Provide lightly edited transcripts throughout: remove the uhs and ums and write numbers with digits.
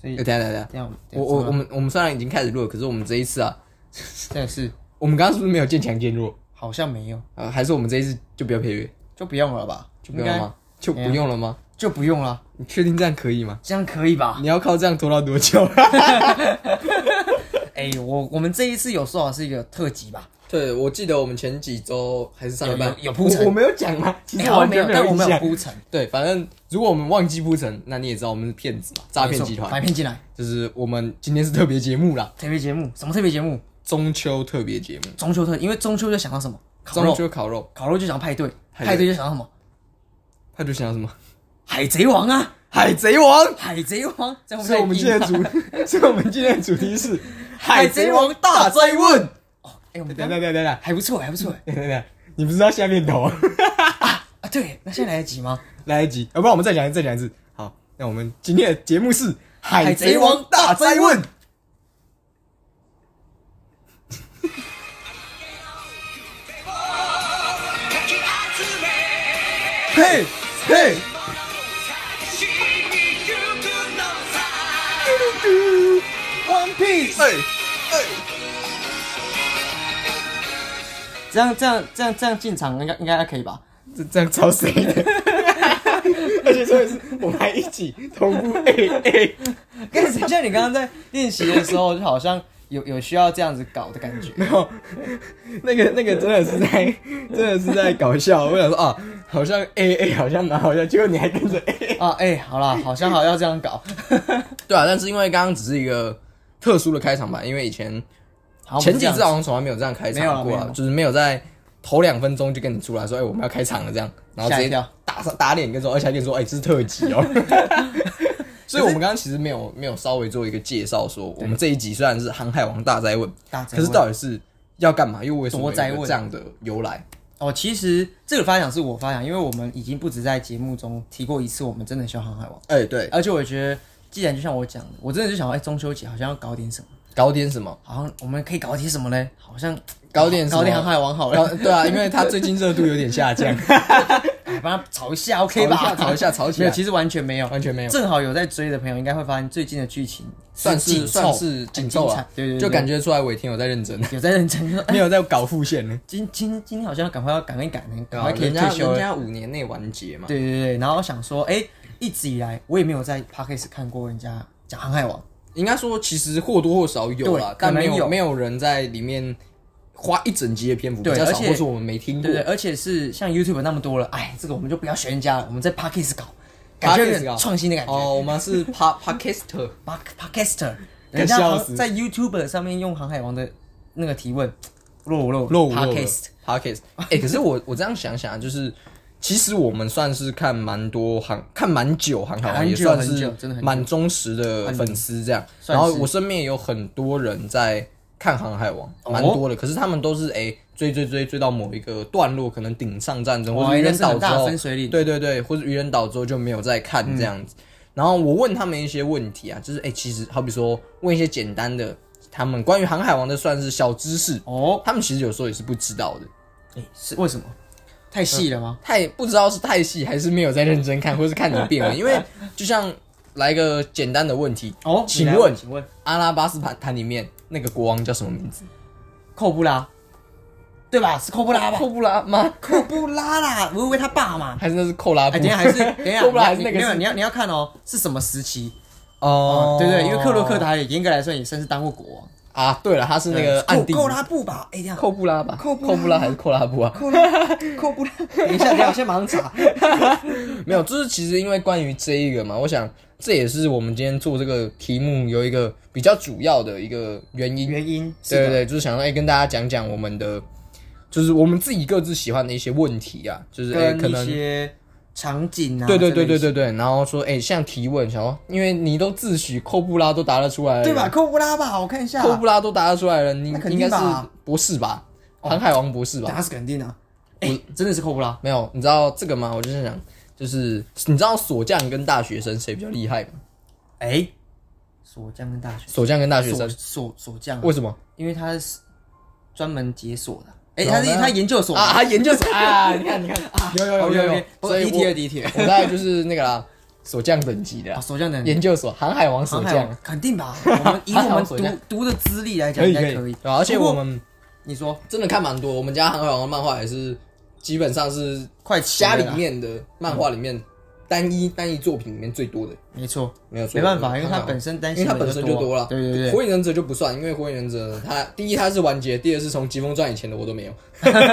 所以等一下，我们虽然已经开始录了，可是我们这一次啊， 真的是我们刚刚是不是没有渐强渐弱？ 好像没有还是我们这一次就不要配乐？ 就不用了吧？ 就不用了吗？就不用了吗？ 就不用了。 你确定这样可以吗？ 这样可以吧？ 你要靠这样拖到多久？ 我们这一次有说好是一个特辑吧？ 对，我记得我们前几周还是上礼拜有铺陈， 我没有讲吗？其实完全没有， 但我们有铺陈。 对，反正如果我们忘记铺陈，那你也知道我们是骗子嘛，诈骗集团， 把骗进来。 就是我们今天是特别节目啦， 特别节目什么特别节目？ 中秋特别节目。 中秋因为中秋就想到什么？ 中秋烤肉， 烤肉就想到派对，派对就想到什么？ 派对想到什么？ 海贼王啊！ 海贼王， 海贼王。 所以我们今天的主题是海贼王大灾问。 我们等， 还不错。 等，你不是要下面头啊？ 对，那现在来得及吗？ 来得及，要不然我们再讲一次。好，那我们今天的节目是海贼王大灾问。嘿。One Piece， 这样进场应该可以吧？ 这样超谁的？而且重点是我们还一起同步 A。 跟谁像你刚刚在练习的时候，就好像有需要这样子搞的感觉。 没有，那个真的是在搞笑。我想说啊，好像 A 好像蛮好笑，结果你还跟着 A 啊好啦，好像要这样搞。 对啊，但是因为刚刚只是一个特殊的开场白，因为以前几次好像从来没有这样开场过啊，就是没有在头2分钟就跟你出来说，我们要开场了这样，然后直接打脸跟说，而且还跟你说，这是特辑哦。所以我们刚刚其实没有稍微做一个介绍，说我们这一集虽然是航海王大灾问，可是到底是要干嘛，又为什么有这样的由来？ 其实这个发想是我发想，因为我们已经不止在节目中提过一次，我们真的需要航海王。 对， 而且我觉得，既然就像我讲的，我真的就想到，中秋节好像要搞点什么。 搞点什么？ 好像我们可以搞点什么呢？好像搞点航海王好了。 对啊，因为它最近热度有点下降。 帮他炒一下 ，OK 吧？ 炒起来。 其实完全没有。正好有在追的朋友，应该会发现最近的剧情算是紧凑啊。对，就感觉出来伟霆有在认真，没有在搞副线呢。 今天好像赶快赶一赶，赶快可以退休。人家5年内完结嘛。 对。然后想说，一直以来我也没有在 Podcast 看过人家讲航海王。 应该说，其实或多或少有啦，但没有人在里面花一整集的篇幅，比较少，或是我们没听过。 对，而且是像 YouTube 那么多了，这个我们就不要学人家了，我们在 Podcast 搞，感觉有点创新的感觉。 我们是 Podcaster， 人家好像在 YouTube 上面用航海王的那个提问，落伍 Podcast。 可是我这样想想，就是。其实我们算是看蛮久航海王，也算是蛮忠实的粉丝这样。然后我身边也有很多人在看航海王，蛮多的。可是他们都是追到某一个段落，可能顶上战争或者渔人岛之后，对，或者渔人岛之后就没有再看这样子。然后我问他们一些问题啊，就是其实好比说问一些简单的，他们关于航海王的算是小知识他们其实有时候也是不知道的。 是为什么？太细了吗？ 不知道是太细还是没有在认真看，或是看一遍了。因为就像来一个简单的问题请问阿拉巴斯坦里面那个国王叫什么名字？ 寇布拉，对吧？是寇布拉吧？ 寇布拉吗？ 寇布拉啦，我以为他爸嘛， 还是那是寇拉布？ 等一下， 寇布拉还是那个？ 没有，你要看是什么时期对，因为克洛克达也严格来说也算是当过国王。 对了，他是那个暗地寇拉布吧？ 寇布拉吧？寇布拉还是寇拉布啊？ 寇布拉。等一下，我先马上查。 没有，就是其实因为关于这一个嘛，我想这也是我们今天做这个题目有一个比较主要的一个原因。对，就是想说跟大家讲讲我们的，就是我们自己各自喜欢的一些问题啊，就是可能一些场景啊， 对，然后说像提问，想说，因为你都自诩寇布拉都答得出来了， 对吧？寇布拉吧，我看一下， 寇布拉都答得出来了，你应该是博士吧？航海王博士吧？ 那是肯定啊！真的是寇布拉？ 没有，你知道这个吗？我就是想，就是你知道锁匠跟大学生谁比较厉害吗？ 锁匠跟大学生，锁匠为什么？ 因为他是专门解锁的。他研究所他研究所你看有， 所以第一题， 我大概就是那个啦， 锁匠等级的， 锁匠等级研究所航海王锁匠， 肯定吧？以我们读的资历来讲，应该可以。 而且我们你说真的看蛮多，我们家航海王的漫画也是基本上是快家里面的漫画里面单一作品里面最多的。 没错， 没办法，因为它本身因为它本身就多了。 对， 火影忍者就不算，因为火影忍者它第一它是完结，第二是从疾风传以前的我都没有，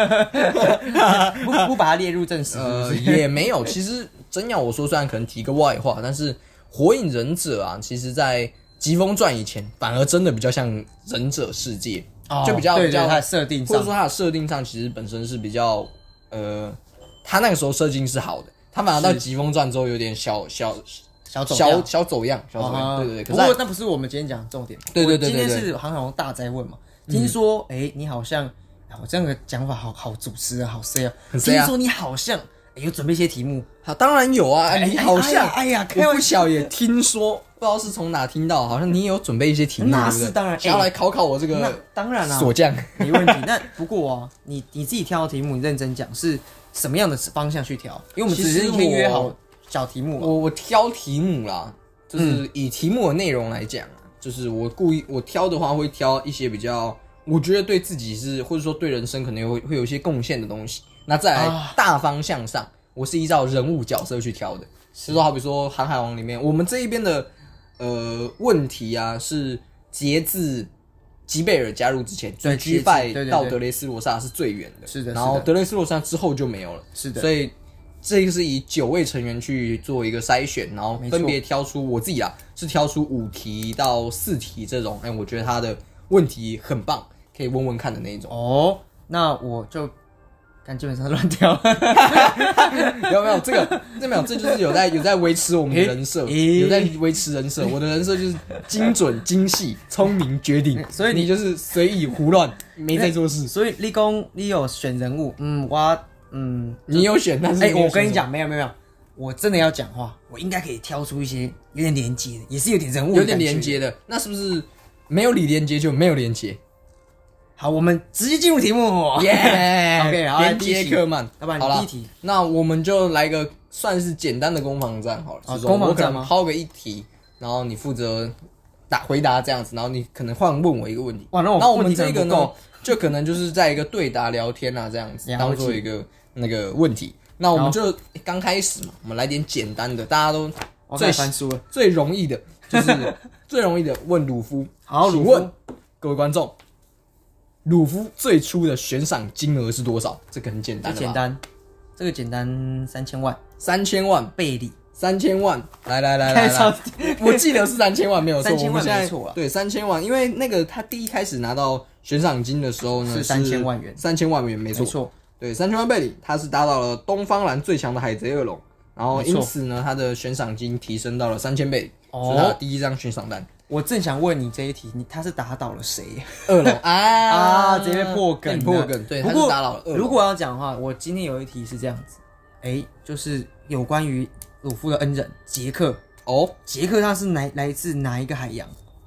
不把它列入正史。 也没有。其实真要我说，虽然可能提个外话，但是火影忍者啊，其实在疾风传以前，反而真的比较像忍者世界，就比较它的设定上， 或者说它的设定上，其实本身是比较它那个时候设定是好的，它反而到疾风传之后有点小走样，对。 不过那不是我们今天讲的重点。 对， 今天是航海王大灾问嘛。听说你好像，我这样的讲法好主持啊，好 say 啊。听说你好像有准备一些题目。 好，当然有啊。你好像， 我不小也听说，不知道是从哪听到，好像你也有准备一些题目。 那是当然， 想要来考我这个， 当然啦， 锁匠没问题。那不过啊，你自己挑的题目，你认真讲是什么样的方向去挑？因为我们只是先约好小题目。 我挑题目啦，就是以题目的内容来讲，就是我挑的话会挑一些比较，我觉得对自己是或者说对人生可能会有一些贡献的东西。那再来大方向上，我是依照人物角色去挑的。就是说，好比说《航海王》里面，我们这一边的问题啊，是截至吉贝尔加入之前，从 G5 到德雷斯罗萨是最远的。 是的。 然后德雷斯罗萨之后就没有了。 是的。 所以这个是以9位成员去做一个筛选，然后分别挑出我自己是挑出5题到4题这种，我觉得他的问题很棒，可以问问看的那一种。 那我就基本上乱挑。 有没有这个？没有，这就是有在维持我们的人设，有在维持人设。我的人设就是精准、精细、聪明、绝顶，所以你就是随意胡乱，没在做事。 所以你有选人物， 你有选，但是我跟你讲，没有，我真的要讲话，我应该可以挑出一些有点连接的，也是有点人物的感觉， 有点连接的。那是不是没有李连接就没有连接？ 好，我们直接进入题目。OK， 好， 连接克曼。 要不然你第一题， 那我们就来个算是简单的攻防战好了。 攻防战吗？ 抛个一题，然后你负责回答这样子，然后你可能换问我一个问题。 哇，那我们这个呢，就可能就是在一个对答聊天这样子，当做一个那个问题。那我们就刚开始嘛，我们来点简单的，大家都最容易的，就是最容易的问鲁夫。 好， 请问各位观众，鲁夫最初的悬赏金额是多少？这个很简单的吧？ 这个简单，3000万 ，3000万贝里 ，3000万，来，我记得是3000万没有错 ，3000万没错啊， 对，3000万，因为那个他第一开始拿到悬赏金的时候呢， 是3000万元 ，3000万元没错，对，3000万贝里，他是达到了东方蓝最强的海贼恶龙，然后因此呢，他的悬赏金提升到了3000贝里，是他的第一张悬赏单。 我正想问你这一题，他是打倒了谁？ 恶龙直接破梗， 对，他是打倒了恶龙。 如果要讲的话，我今天有一题是这样子，就是有关于鲁夫的恩人杰克。杰克他是来自哪一个海洋？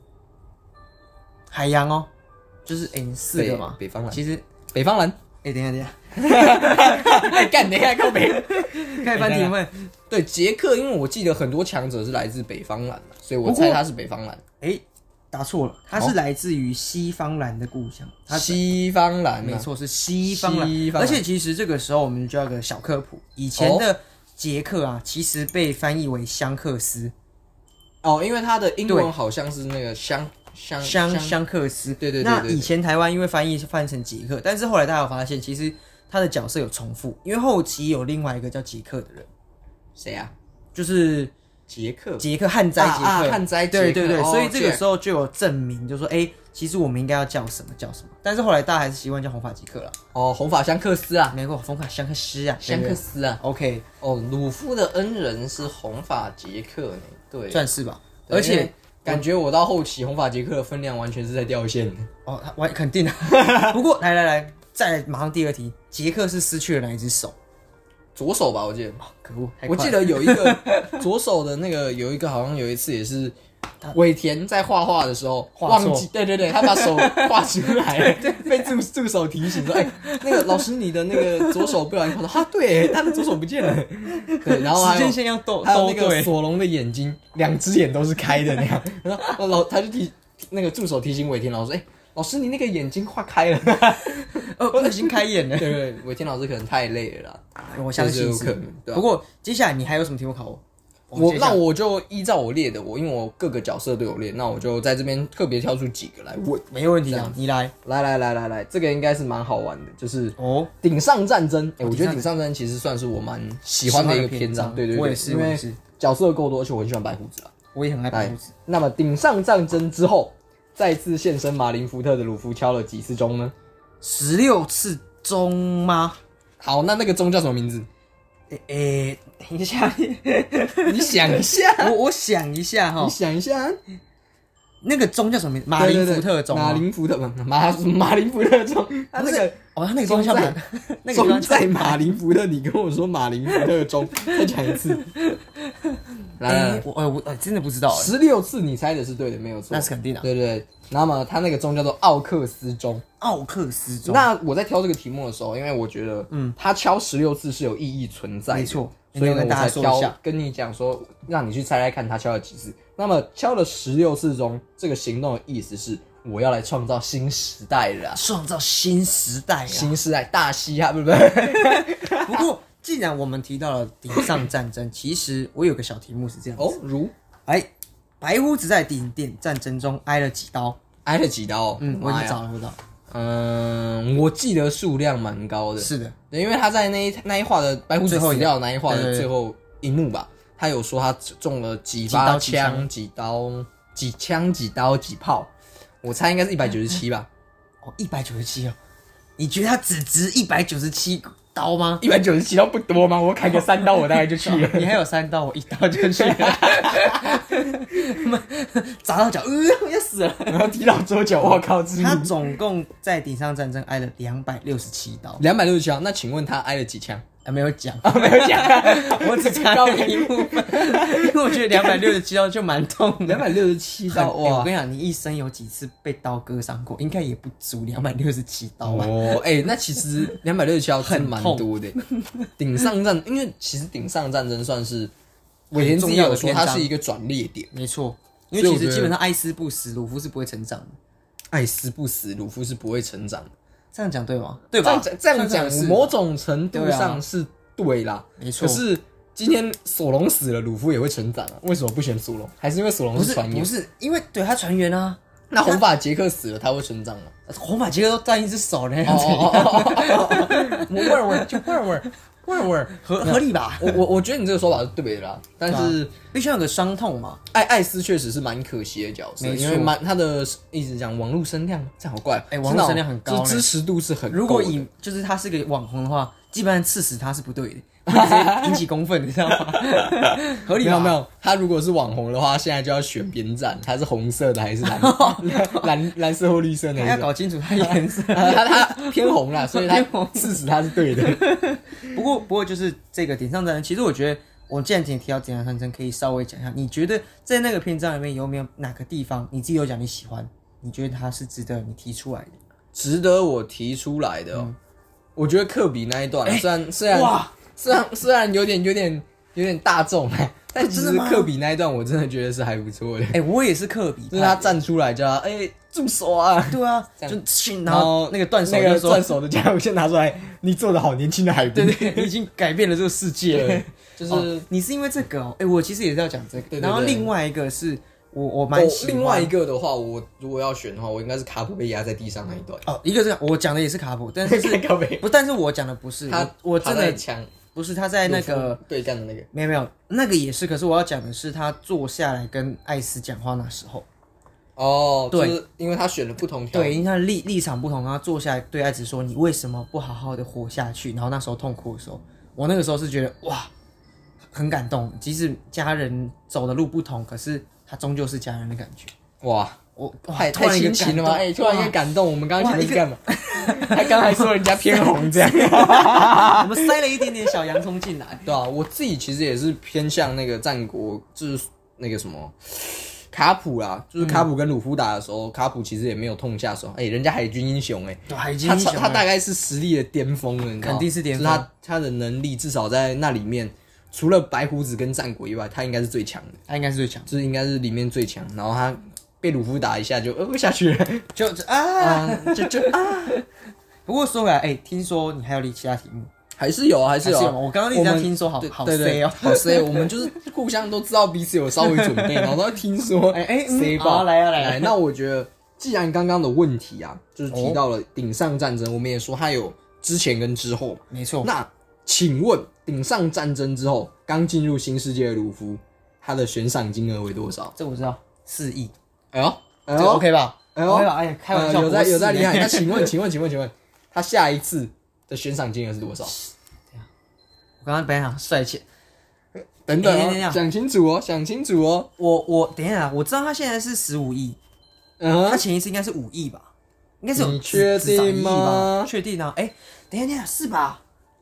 海洋哦，就是4个嘛， 北方蓝。 其实北方蓝。 等一下， 干，等一下，靠北， 开始翻题目。 对，杰克，因为我记得很多强者是来自北方蓝，所以我猜他是北方蓝。 答错了，他是来自于西方蓝的故乡。 西方蓝， 没错，是西方蓝。而且其实这个时候我们就要个小科普，以前的杰克啊，其实被翻译为香克斯。 因为他的英文好像是那个香克斯。对。 那以前台湾因为翻译成杰克，但是后来大家有发现，其实他的角色有重复，因为后期有另外一个叫杰克的人。 谁啊？ 就是杰克旱灾杰克， 旱灾杰克。 对，所以这个时候就有证明，就说其实我们应该要叫什么。但是后来大家还是习惯叫红发杰克了。 红发香克斯啊， 没错，红发香克斯啊， 香克斯啊。 OK， 鲁夫的恩人是红发杰克呢，对， 算是吧。而且感觉我到后期红发杰克的分量完全是在掉线的。 肯定的。不过来，再来马上第二题，杰克是失去了哪一只手？ 左手吧，我记得。 可恶！ 我记得有一个左手的那个，有一个好像有一次也是尾田在画画的时候忘记，对，他把手画出来了，被助手提醒说，那个老师你的那个左手不小心画到，对，他的左手不见了，对，然后时间线要斗， 还有那个索隆的眼睛，2只眼都是开的那样，然后他就那个助手提醒尾田老师，老师你那个眼睛画开了， 我已经开眼了， 对，尾田老师可能太累了啦， 我相信有可能。 不过接下来你还有什么题目考我？ 那我就依照我列的，因为我各个角色都有列，那我就在这边特别挑出几个来问。 没问题啊，你来， 这个应该是蛮好玩的，就是顶上战争。我觉得顶上战争其实算是我蛮喜欢的一个篇章，对， 我也是， 因为角色够多，而且我很喜欢白胡子啊， 我也很爱白胡子。 那么顶上战争之后，再次现身马林福特的鲁夫敲了几次钟呢 ？16次钟吗？ 好，那个钟叫什么名字？ 等一下， 你想一下， 我想一下哈， 你想一下， 那个钟叫什么名字？马林福特钟， 马林福特钟，他那个他那个钟叫那个钟在马林福特，你跟我说马林福特钟，再讲一次。 我真的不知道 ，16次你猜的是对的，没有错， 那是肯定的。 对，那么他那个钟叫做奥克斯钟。那我在挑这个题目的时候，因为我觉得，他敲16次是有意义存在的， 没错， 所以呢，我才挑跟你讲说，让你去猜猜看他敲了几次。那么敲了16次钟，这个行动的意思是我要来创造新时代了， 创造新时代， 大嘻哈，对不对？ 不过。既然我们提到了顶上战争，其实我有个小题目是这样子白胡子在顶点战争中挨了几刀？ 我已经找了， 我记得数量蛮高的。 是的， 因为他在那一话的白胡子死掉的那一话的最后一幕吧，他有说他中了几把枪、几刀、几炮，我猜应该是197吧。 197哦，你觉得他只值197？刀吗 ？197刀不多吗？我砍个3刀，我大概就去了。 你还有3刀，我1刀就去了。砸到脚，我要死了。 然后踢到桌角，我靠！ 他总共在顶上战争挨了267刀。 267刀，那请问他挨了几枪？ 没有讲， 我只查到一部分，因为我觉得267刀就蛮痛的。 267刀，哇！ 我跟你讲，你一生有几次被刀割伤过？应该也不足267刀吧？ 那其实267刀很蛮多的。顶上战，因为其实顶上战争算是尾田自己有说，它是一个转捩点， 没错。因为其实基本上艾斯不死，鲁夫是不会成长的。 艾斯不死，鲁夫是不会成长的。 这样讲对吗？对吧？ 这样讲，某种程度上是对啦， 没错。 可是今天索隆死了，鲁夫也会成长啊？为什么不选索隆？还是因为索隆是船员？ 不是，因为对他船员啊。 那红发杰克死了，他会成长吗？ 红发杰克都断一只手了，味儿，合理吧？ 我觉得你这个说法是对的啦，但是必须要有个伤痛嘛。 艾斯确实是蛮可惜的角色，因为他的一直讲网络声量，这样好怪。 网络声量很高， 就支持度是很高的。 如果就是他是个网红的话，基本上刺死他是不对的。会直接引起公愤，你知道吗？合理吗？ 没有，他如果是网红的话，现在就要选边站，他是红色的还是蓝色或绿色的？ 要搞清楚他颜色。 他偏红啦，所以他事实他是对的。 不过就是这个顶上战争，其实我觉得我既然提到顶上战争，可以稍微讲一下，你觉得在那个篇章里面有没有哪个地方你自己有讲你喜欢？你觉得它是值得你提出来的？ 值得我提出来的我觉得科比那一段，虽然有点大众，但其实科比那一段我真的觉得是还不错的。 我也是科比， 就是他站出来叫住手啊！ 对啊，然后那个断手的加油线拿出来，你做得好，年轻的海滨， 对，你已经改变了这个世界。就是你是因为这个我其实也是要讲这个。然后另外一个是我蛮喜欢。 另外一个的话，我如果要选的话，我应该是卡普被压在地上那一段。 一个是我讲的也是卡普，但是但是我讲的不是我真的强。 不是他在那个对干的那个， 没有那个也是，可是我要讲的是他坐下来跟艾斯讲话那时候。 对，就是因为他选了不同条， 对，因为他立场不同，然后坐下来对艾斯说：“你为什么不好好的活下去？”然后那时候痛哭的时候，我那个时候是觉得哇，很感动。即使家人走的路不同，可是他终究是家人的感觉。 哇！太亲情了吗？突然一个感动。我们刚刚前面是干嘛？他刚才说人家偏红这样， 我们塞了一点点小洋葱进来。 对啊，我自己其实也是偏向那个战国，就是那个什么卡普啦，就是卡普跟鲁夫打的时候，卡普其实也没有痛下手，人家海军英雄海军英雄他大概是实力的巅峰了， 肯定是巅峰， 就是他的能力至少在那里面，除了白胡子跟战国以外，他应该是最强的，就是应该是里面最强，然后他被鲁夫打一下就下去了， 就不过说回来，听说你还有其他题目？ 还是有。 我刚刚一直在听说，好 C 哦， 好 C。我们就是互相都知道彼此有稍微准备，然后都在听说，C 爆来。 那我觉得，既然刚刚的问题啊，就是提到了顶上战争，我们也说它有之前跟之后， 没错。 那请问顶上战争之后，刚进入新世界的鲁夫，他的悬赏金额为多少？ 这我知道，4亿。 哎呦 ，OK 吧？OK 吧？开玩笑， 有在厉害。那请问，他下一次的悬赏金额是多少？ 我刚刚本来想帅气， 等等，想清楚哦。 我等一下，我知道他现在是15亿，他前一次应该是5亿吧？应该是有你确定吗？ 确定啊！等一下是吧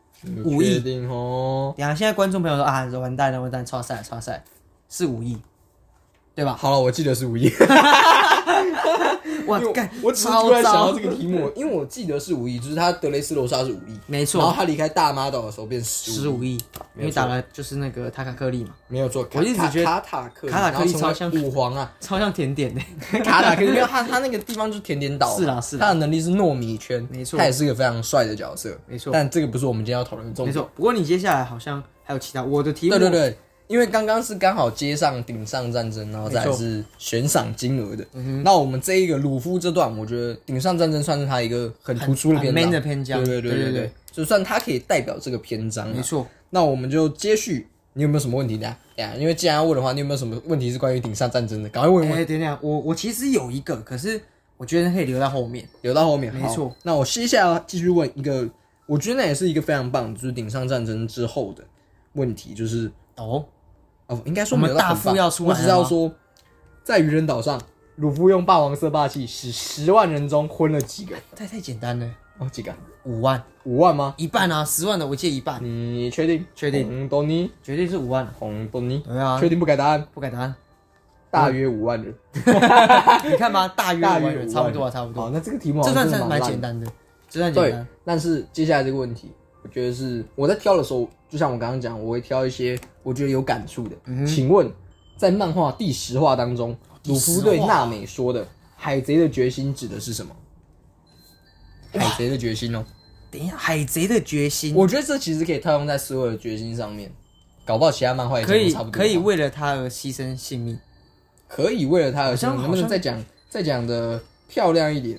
？5亿， 确定哦。 等一下，现在观众朋友说啊，完蛋了，超赛是5亿，对吧？ 好了，我记得是5亿。 哇，干！ 我只是突然想到这个题目，因为我记得是5亿，就是他德雷斯罗莎是5亿， 没错。 然后他离开大妈岛的时候变15亿， 因为打了就是那个塔卡克利嘛， 没有错。 我一直觉得卡塔克利超像武皇啊， 超像甜点的。 卡塔克利，因为他那个地方就是甜点岛， 是啦， 他的能力是糯米圈， 没错。 他也是个非常帅的角色， 没错。 但这个不是我们今天要讨论的重点， 没错。不过你接下来好像还有其他我的题目， 对。因为刚刚是刚好接上顶上战争，然后再来是悬赏金额的。那我们这一个鲁夫这段，我觉得顶上战争算是他一个很突出的篇章， 很 man 的篇章。 对，就算他可以代表这个篇章。 没错。 那我们就接续，你有没有什么问题呢？因为既然要问的话，你有没有什么问题是关于顶上战争的？赶快问。 等一下，我其实有一个，可是我觉得可以留到后面。没错。 那我接下来继续问一个，我觉得那也是一个非常棒，就是顶上战争之后的问题，就是应该说我们大副要出来了吗？ 我只知道说，在愚人岛上，鲁夫用霸王色霸气使10万人中昏了几个？ 太简单了。 几个 ？5万。 5万吗？ 一半啊，10万的我记得一半。 你确定？ 确定。 红豆泥绝对是5万。 红豆泥。 对啊。 确定不改答案？ 不改答案。 大约5万人。 你看吧，大约5万人，差不多。 好，那这个题目这算是蛮简单的， 对。但是接下来这个问题，我觉得是我在挑的时候，就像我刚刚讲，我会挑一些我觉得有感触的。请问，在漫画第10话当中，鲁夫对娜美说的“海贼的决心”指的是什么？海贼的决心哦。 等一下，海贼的决心， 我觉得这其实可以套用在所有的决心上面，搞不好其他漫画也差不多。 可以为了他而牺牲性命， 可以为了他而牺牲，能不能再讲的漂亮一点？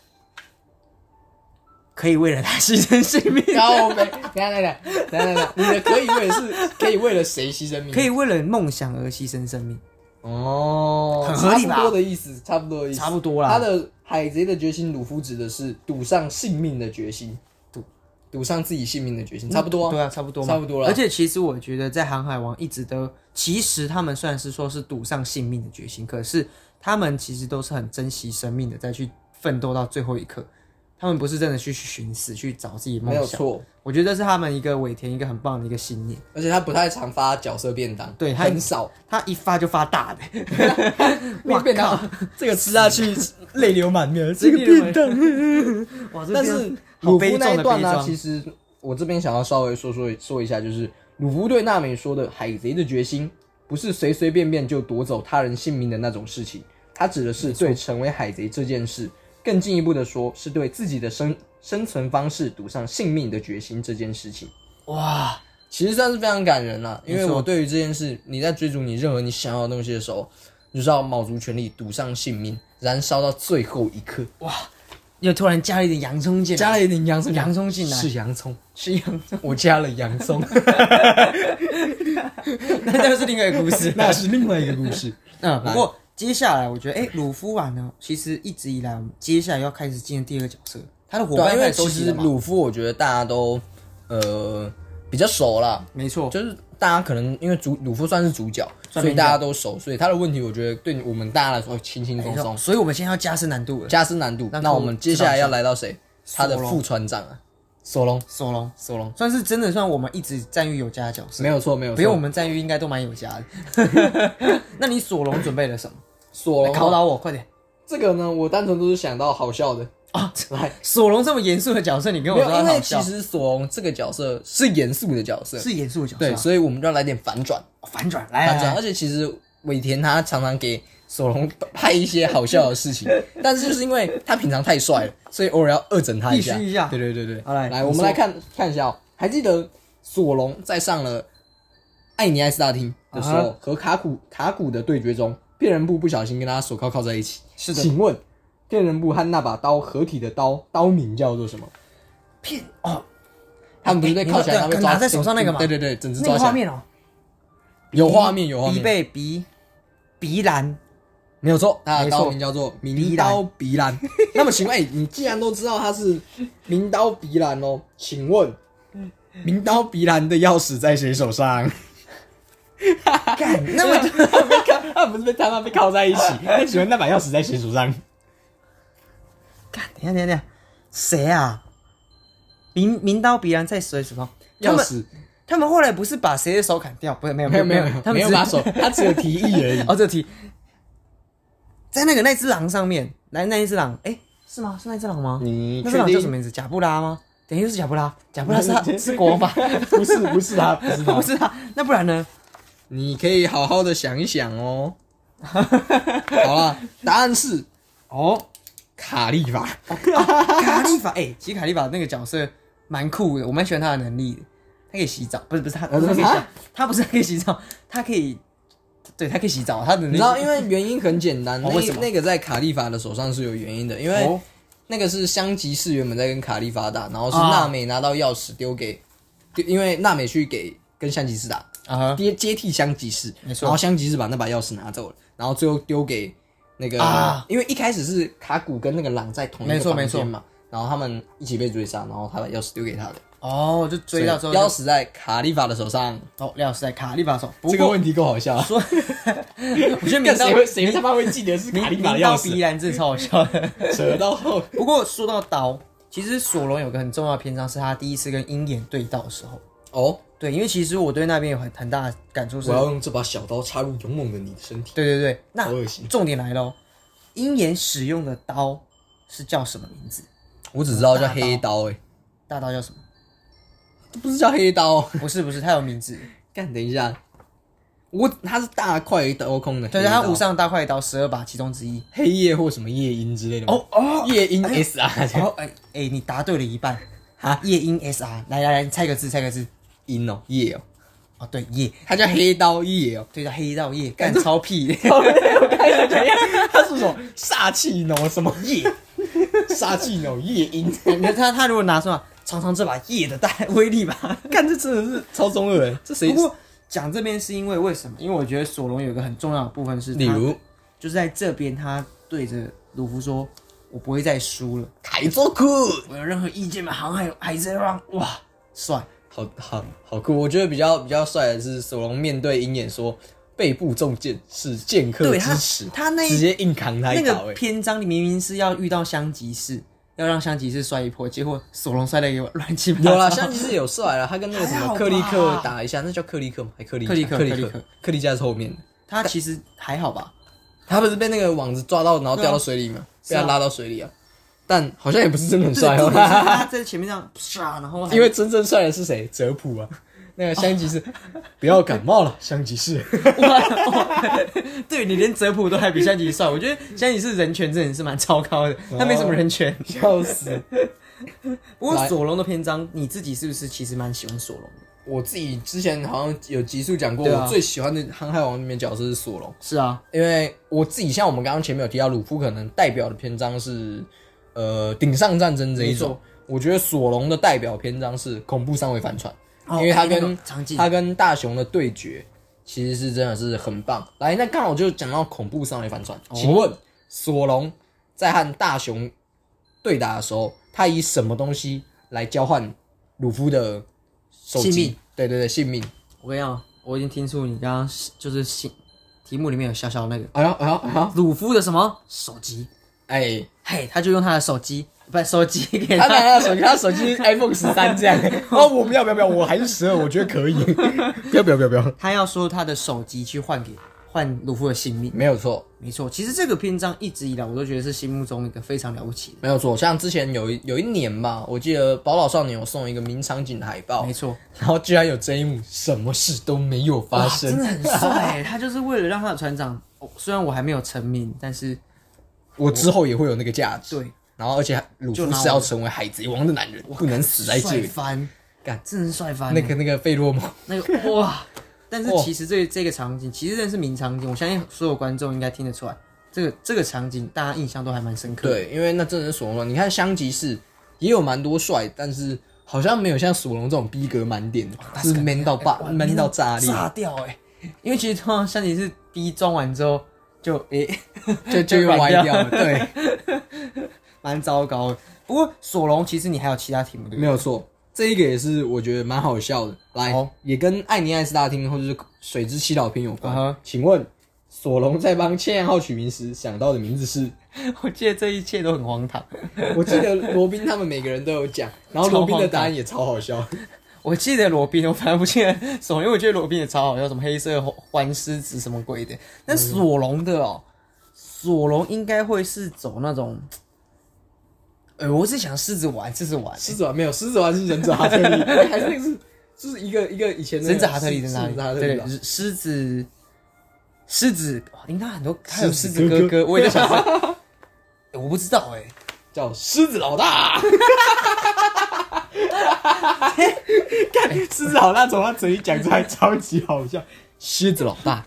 可以为了他牺牲性命。 然后等下，你的可以为了是可以为了谁牺牲命？ 可以为了梦想而牺牲生命。 很合理吧？ 差不多的意思，差不多啦。 他的海贼的决心，鲁夫指的是赌上性命的决心，赌上自己性命的决心，差不多啊。 对啊，差不多了。 而且其实我觉得，在航海王一直都，其实他们虽然是说是赌上性命的决心，可是他们其实都是很珍惜生命的，再去奋斗到最后一刻。他们不是真的去寻死，去找自己的梦想。没有错，我觉得这是他们一个尾田一个很棒的一个信念。 而且他不太常发角色便当， 对， 很少。 他一发就发大的， 便当这个吃下去泪流满面，这个便当。但是鲁夫那一段呢，其实我这边想要稍微说一下，就是鲁夫对娜美说的海贼的决心，不是随随便便就夺走他人性命的那种事情，他指的是对成为海贼这件事。更进一步的说，是对自己的生存方式赌上性命的决心这件事情。哇，其实算是非常感人啦。因为我对于这件事，你在追逐你任何你想要的东西的时候，你就是要卯足全力赌上性命，燃烧到最后一刻。哇， 又突然加了一点洋葱进来， 加了一点洋葱进来， 是洋葱， 我加了洋葱。 那就是另外一个故事， 那是另外一个故事。 不过。接下来我觉得，鲁夫完呢，其实一直以来，我们接下来要开始进入第二个角色，他的伙伴。 因为其实鲁夫，我觉得大家都比较熟啦。 没错， 就是大家可能因为鲁夫算是主角，所以大家都熟，所以他的问题，我觉得对我们大家来说轻轻松松。 所以我们现在要加深难度了。 那我们接下来要来到谁？他的副船长啊，索隆， 算是真的算我们一直赞誉有加的角色。 没有错。 比如我们赞誉应该都蛮有加的。那你索隆准备了什么？ 索隆考倒我，快点。 这个呢，我单纯都是想到好笑的啊。来，索隆这么严肃的角色，你跟我说他好笑。 因为其实索隆这个角色是严肃的角色， 是严肃的角色。 对，所以我们就要来点反转。 反转，来。 而且其实尾田他常常给索隆拍一些好笑的事情，但是就是因为他平常太帅了，所以偶尔要恶整他一下。 一下。 对。 好来， 我们来看一下还记得索隆在上了艾尼艾斯大厅的时候，和卡古的对决中，骗人部不小心跟他手铐在一起。 是的。 请问骗人部和那把刀合体的刀名叫做什么？他们不是被铐起来，他被抓拿在手上那个吗？ 对，整只抓起来。 那个画面哦， 有画面。 鼻背鼻兰， 没有错，他的刀名叫做明刀鼻兰。那么请问，你既然都知道他是明刀鼻兰哦，请问明刀鼻兰的钥匙在谁手上？ 干，那么他不是被他妈被铐在一起？那请问那把钥匙在谁手上？ 干，等一下，谁啊？明刀鼻兰在谁手上？ 钥匙。 他们后来不是把谁的手砍掉？不是，没有， 他们没有把手，他只有提议而已。 这提在那只狼上面，那一只狼，是吗？是那只狼吗？那只狼叫什么名字？贾布拉吗？等一下，是贾布拉是国王吧？ 不是他， 不是他，那不然呢？ 你可以好好的想一想哦。好了，答案是卡利法。 卡利法，其实卡利法那个角色蛮酷的，我蛮喜欢他的能力的。他可以洗澡，不是他可以洗澡，他不是可以洗澡，他可以洗澡，他的能力。 你知道，因为原因很简单， 为什么？ 那个在卡利法的手上是有原因的，因为那个是香吉士原本在跟卡利法打，然后是娜美拿到钥匙丢给，因为娜美去跟香吉士打，接替香吉士，然后香吉士把那把钥匙拿走了，然后最后丢给那个，因为一开始是卡古跟那个狼在同一个房间嘛，然后他们一起被追杀，然后他把钥匙丢给他的。 就追到之后， 钥匙在卡利法的手上。 钥匙在卡利法手。 这个问题够好笑。 我觉得谁他妈会记得是卡利法的钥匙？ 明刀鼻兰真的超好笑的。 扯到后。 不过说到刀，其实索隆有个很重要的篇章是他第一次跟鹰眼对刀的时候。对，因为其实我对那边有很大的感触是， 我要用这把小刀插入勇猛的你的身体。 对，那重点来咯，鹰眼使用的刀是叫什么名字？ 我只知道叫黑刀。 大刀叫什么？ 不是叫黑刀， 不是，它有名字。 等一下，它是大块刀空的， 对，它无上大块刀12把其中之一， 黑夜或什么夜鹰之类的。夜鹰 SR。 你答对了一半。夜鹰 SR， 来，你猜个字。 鹰夜对，夜， 它叫黑刀夜对，叫黑刀夜，干超屁。 我看一下怎样，它是什么煞气浓什么夜，煞气浓夜鹰。 他如果拿出来。尝尝这把夜的威力吧！ 干，这真的是超中二这谁？ 不过讲这边是因为什么？因为我觉得索隆有一个很重要的部分是， 例如就是在这边他对着鲁夫说：“我不会再输了， 海贼酷， 我有任何意见吗？航海贼王，哇，帅， 好酷！我觉得比较帅的是索隆面对鹰眼说。”背部中箭是剑客之耻， 他直接硬扛他一刀。 那个篇章里明明是要遇到香吉士。要让香吉士摔一波，结果索隆摔了一个乱七八糟。 有啦，香吉士有帅啦，他跟那个什么克利克打一下，那叫克利克吗？还克利加是后面的。 他其实还好吧？ 他不是被那个网子抓到，然后掉到水里吗？被他拉到水里啊。但好像也不是真的很帅哦。 他在前面这样唰，然后因为真正帅的是谁？泽普啊。那个香吉士，不要感冒了，香吉士。 对，你连泽普都还比香吉士帅，我觉得香吉士人权真的是蛮超高的，他没什么人权， 笑死。 不过索隆的篇章，你自己是不是其实蛮喜欢索隆的？ 我自己之前好像有集数讲过，我最喜欢的航海王里面角色是索隆。 是啊， 因为我自己像我们刚刚前面有提到，鲁夫可能代表的篇章是顶上战争这一种，我觉得索隆的代表篇章是恐怖三维帆船。因为他跟大雄的对决，其实是真的是很棒。来，那刚好就讲到恐怖三维帆船。请问索隆在和大雄对打的时候，他以什么东西来交换鲁夫的手机？ 性命。 对，性命。 我跟你讲，我已经听出你刚刚就是题目里面有小小的那个。 哎呀， 鲁夫的什么手机？他就用他的手机。把手机给他， 他手机 iPhone 13这样。我不要，我还是12，我觉得可以。不要。 他要说他的手机去换给换鲁夫的性命。 没有错， 没错。其实这个篇章一直以来我都觉得是心目中一个非常了不起的。 没有错，像之前有一年吧，我记得宝岛少年有送一个名场景的海报， 没错， 然后居然有这一幕，什么事都没有发生， 真的很帅。他就是为了让他的船长，虽然我还没有成名，但是我之后也会有那个价值。 对， 然后而且鲁夫是要成为海贼王的男人，不能死在这里。 帅翻，干，真的是帅翻。 那个费洛蒙， 那个哇！但是其实这个场景，其实真的是名场景，我相信所有观众应该听得出来，这个场景大家印象都还蛮深刻的。 对，因为那真的是索隆。你看香吉士也有蛮多帅，但是好像没有像索隆这种逼格满点的，是 man 到爆 ，man 到炸裂， 炸掉因为其实通常香吉士逼装完之后就就又歪掉了，对， 蛮糟糕的。不过索隆其实你还有其他题目对不对？ 没有错。这一个也是我觉得蛮好笑的，来，也跟艾尼艾斯大厅或者是水之七岛篇有关。请问索隆在帮千言号取名时想到的名字是？ 我记得这一切都很荒唐。 我记得罗宾他们每个人都有讲，然后罗宾的答案也超好笑。 我记得罗宾，我反而不记得索隆，因为我觉得罗宾也超好笑，什么黑色环狮子什么鬼的。但索隆的索隆应该会是走那种。我是想狮子丸没有，狮子丸是忍者哈特利，还是那个是一个以前的忍者哈特利在哪里？对，狮子，应该很多，还有狮子哥哥，我也在想说，我不知道叫狮子老大。看狮子老大从他嘴里讲出来，超级好笑。狮子老大，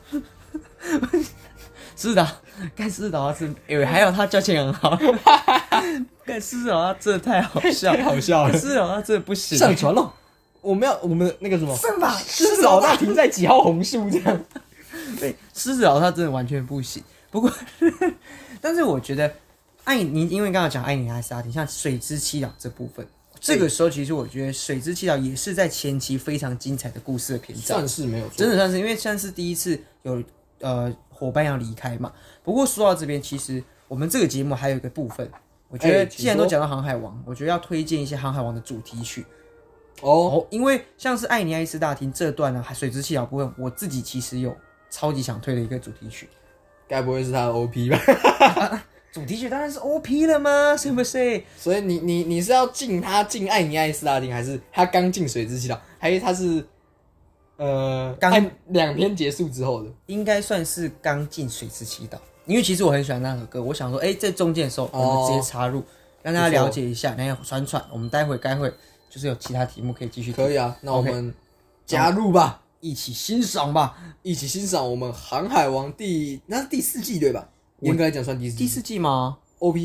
是的，干狮子老大是，还有他交情很好。干狮子老大真的太好笑， 太好笑了。 狮子老大真的不行， 上船了。我们那个什么，上吧，狮子老大停在几号红树这样。 对，狮子老大真的完全不行。不过，但是我觉得因为刚刚讲艾尼艾斯大厅，像水之七岛这部分，这个时候其实我觉得水之七岛也是在前期非常精彩的故事的篇章， 算是没有错， 真的算是，因为算是第一次有伙伴要离开嘛。不过说到这边，其实我们这个节目还有一个部分，我觉得既然都讲到航海王，我觉得要推荐一些航海王的主题曲。因为像是艾尼艾斯大厅这段呢，水之七岛部分，我自己其实有超级想推的一个主题曲。 该不会是他的 OP 吧？ 主题曲当然是 OP 了吗？是不是？ 所以你是要进艾尼艾斯大厅，还是他刚进水之七岛，还是他是刚2篇结束之后的？ 应该算是刚进水之七岛，因为其实我很喜欢那首歌，我想说，在中间的时候我们直接插入，让大家了解一下，然后传，我们待会就是有其他题目可以继续听。 可以啊，那我们加入吧， 一起欣赏吧， 一起欣赏我们航海王那是第4季对吧？严格来讲算第4 季吗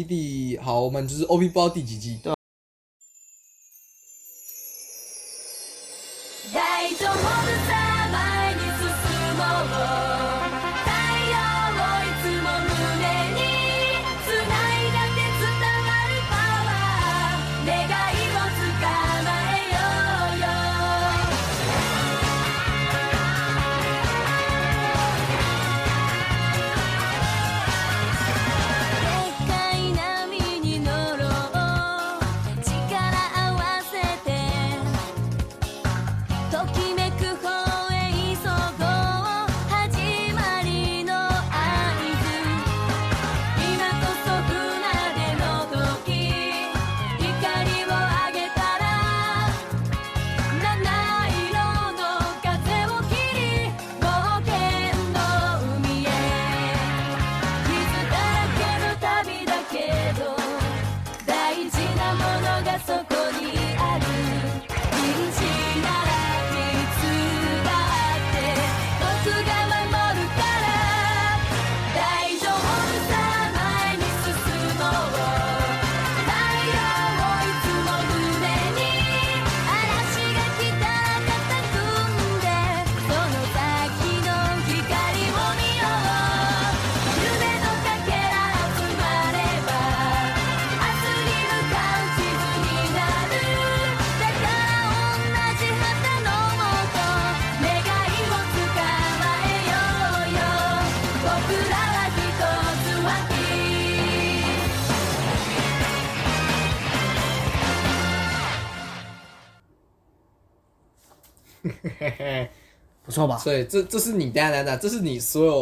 ？OP 好，我们就是 OP 不知道第几季。对。 不错吧？ 所以这是你等一下，这是你所有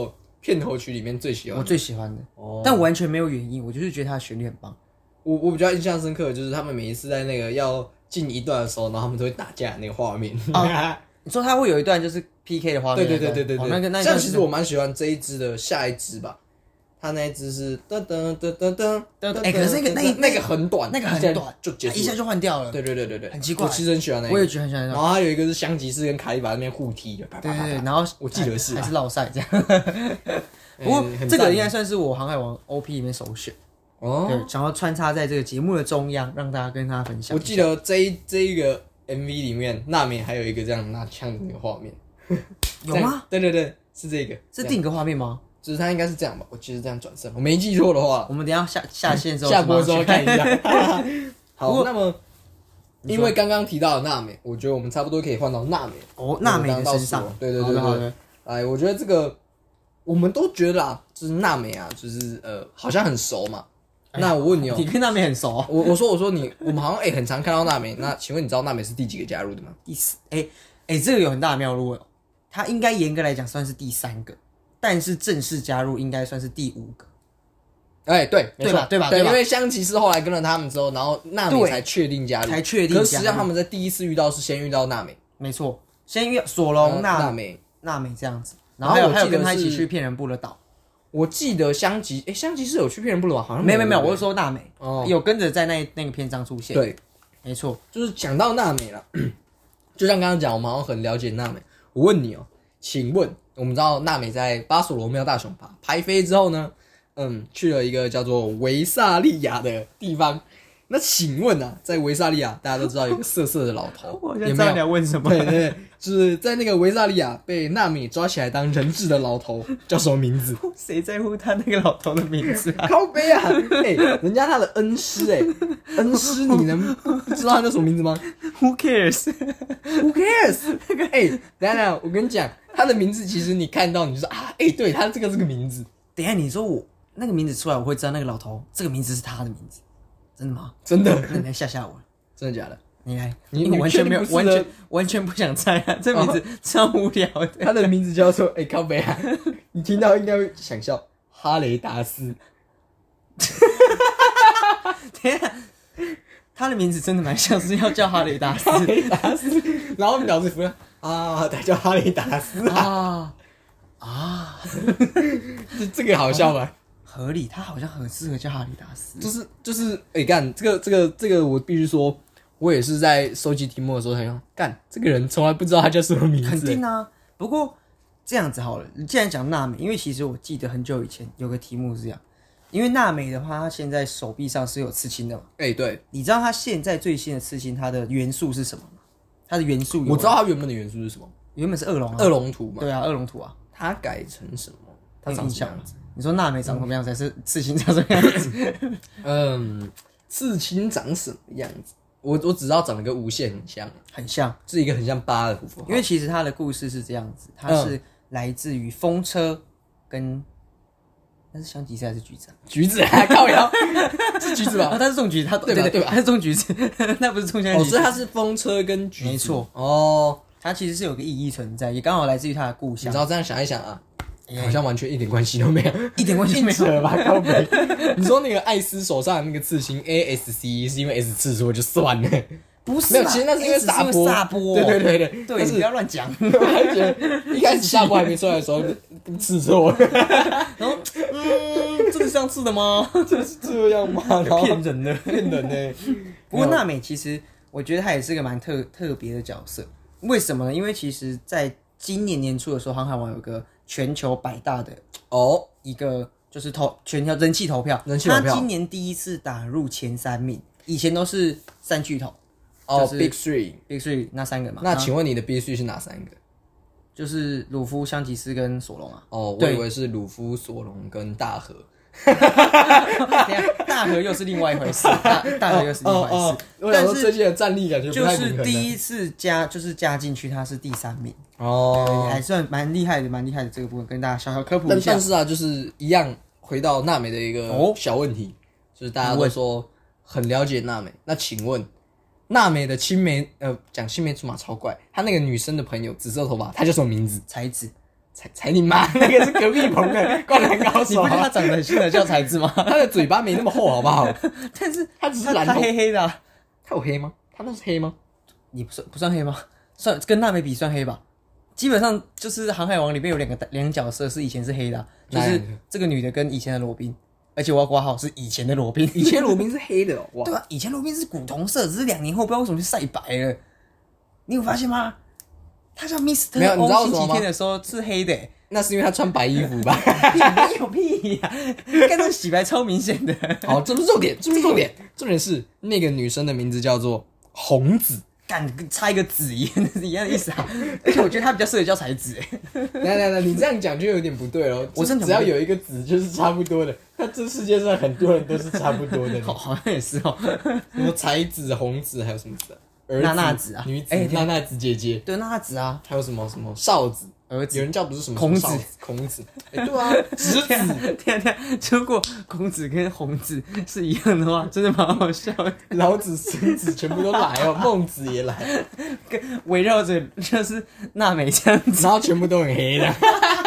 片头曲里面最喜欢的？ 我最喜欢的，但完全没有原因，我就是觉得它的旋律很棒。 我比较印象深刻的就是他们每一次在那个要进一段的时候，然后他们都会打架的那个画面。 你说他会有一段就是 PK 的画面？ 对， 那像其实我蛮喜欢这一支的下一支吧。他那一支是噔噔噔噔噔噔， 可是那个很短，就结束， 一下就换掉了。 对， 很奇怪。 我其实很喜欢那个， 我也觉得很喜欢。 然后还有一个是香吉士跟卡利巴那边互踢的， 对，然后我记得是还是落赛这样。不过这个应该算是我航海王 OP 里面首选。对，想要穿插在这个节目的中央，让大家跟大家分享。 我记得这一个 MV 里面，娜美还有一个这样拿枪的那个画面， 有吗？ 对，是这个， 是定格画面吗？ 就是他应该是这样吧，我记得这样转身，我没记错的话。 我们等一下下线之后下播之后看一下。好，那么因为刚刚提到的娜美，我觉得我们差不多可以换到娜美。 娜美的身上。 对。哎，我觉得这个我们都觉得啦，就是娜美啊，就是好像很熟嘛。那我问你你跟娜美很熟啊？ 我说你，我们好像很常看到娜美。那请问你知道娜美是第几个加入的吗？ 第4。这个有很大的妙路哦。她应该严格来讲算是第3个。但是正式加入应该算是第5个， 对吧？ 对， 因为香吉士后来跟了他们之后，然后娜美才确定加入，可是实际上他们在第一次遇到是先遇到娜美， 没错，先遇索隆、娜美这样子，然后还有跟他一起去骗人部的岛。 我记得香吉士有去骗人部的岛，好像没有，我是说娜美有跟着在那个篇章出现。 对， 没错， 就是讲到娜美了，就像刚刚讲，我们好像很了解娜美。我问你请问？我们知道娜美在巴索罗庙大雄排飞之后呢，去了一个叫做维萨利亚的地方。那请问啊，在维萨利亚，大家都知道有个色色的老头， 我知道你要问什么？ 对，就是在那个维萨利亚被娜美抓起来当人质的老头叫什么名字？ 谁在乎他那个老头的名字啊？ 靠北啊！人家他的恩师恩师你能不知道他叫什么名字吗 ？Who cares？ 那个等一下，我跟你讲，他的名字其实你看到你就说对，他这个名字。 等一下你说我那个名字出来，我会知道那个老头这个名字是他的名字。真的吗？ 真的， 那你来吓我。 真的假的？ 你来，你完全没有，完全不想猜啊！这名字超无聊的。 他的名字叫做靠北啊！你听到应该会想笑，哈雷达斯。 等一下，他的名字真的蛮像是要叫哈雷达斯， 然后脑子浮现他叫哈雷达斯这个好笑吗？ 合理，他好像很适合叫哈里达斯。 就是干这个我必须说，我也是在收集题目的时候才想，干这个人从来不知道他叫什么名字。 肯定啊，不过这样子好了，你既然讲娜美，因为其实我记得很久以前有个题目是这样，因为娜美的话，她现在手臂上是有刺青的嘛。 对， 你知道她现在最新的刺青，它的元素是什么吗？它的元素我知道它原本的元素是什么， 原本是恶龙图嘛。 对啊，恶龙图啊， 它改成什么？它长什么样子？你说娜美长什么样子，还是刺青长什么样子？刺青长什么样子？我只知道长得跟无限很像， 是一个很像8的符号。 因为其实它的故事是这样子，它是来自于风车跟那是香吉士还是橘子？ 橘子啊，靠腰是橘子吧？ 它是种橘子，对吧？它是种橘子，那不是种香吉士。 所以它是风车跟橘子， 没错。它其实是有个意义存在，也刚好来自于它的故乡。 你知道这样想一想啊。好像完全一点关系都没有， 一点关系都没有吧？靠北！你说那个艾斯手上的那个刺青 ASC 是因为 S 刺出就算了， 不是？ 没有，其实那是因为萨波。对， 你不要乱讲。 我还觉得一开始萨波还没出来的时候刺错了， 然后这个是这样刺的吗？ 这是这样吗？ 骗人的， 骗人的。 不过娜美其实我觉得她也是个蛮特别的角色，为什么呢？因为其实在今年年初的时候，航海王有个全球100大的一个就是全球人气投票，他今年第一次打入前3名，以前都是3巨头 Big Three 那3个嘛。 那请问你的 Big Three 是哪3个？ 就是鲁夫、香吉士跟索隆啊。 我以为是鲁夫、索隆跟大河。 大河又是另外一回事，大河又是另外一回事。 但是最近的战力感觉不太就是第一次加进去，他是第3名还算蛮厉害的这个部分跟大家小小科普一下。 但是啊，就是一样回到娜美的一个小问题，就是大家都说很了解娜美，那请问娜美的青梅讲青梅竹马超怪，她那个女生的朋友紫色头发，她叫什么名字？ 才子。 才你妈，那个是隔壁棚的灌篮高手。 你不觉得他长得很像的叫才子吗？ 他的嘴巴没那么厚，好不好？ 但是他只是蓝头， 他黑黑的、啊。 他有黑吗？他那是黑吗？ 你不算黑吗？算跟娜美比算黑吧。基本上就是《航海王》里面有两个角色是以前是黑的、啊，就是这个女的跟以前的罗宾。而且我要挂号是以前的罗宾， 以前罗宾是黑的哦，哇！ 对啊，以前罗宾是古铜色，只是2年后不知道为什么就晒白了。你有发现吗？他叫 Mr. 没有，你知道什么吗？ 星期天的时候是黑的、欸， 那是因为他穿白衣服吧？ 没有屁呀、刚刚洗白超明显的。 好，这不是重点，这不是重点，重点是那个女生的名字叫做红子。 干差一个子一样的意思啊！而且我觉得他比较适合叫才子来，你这样讲就有点不对了。我真的只要有一个子就是差不多的，那这世界上很多人都是差不多的。 好像也是哦， 什么才子、红子，还有什么子？ 娜娜子啊， 女子，娜娜子姐姐， 对，娜娜子啊， 还有什么少子。 儿子， 有人叫不是什么孔子， 孔子，对啊，侄子， 对，如果孔子跟孔子是一样的话，真的蛮好笑的。 老子、孙子全部都来哦，孟子也来， 围绕着就是娜美这样子， 然后全部都很黑的，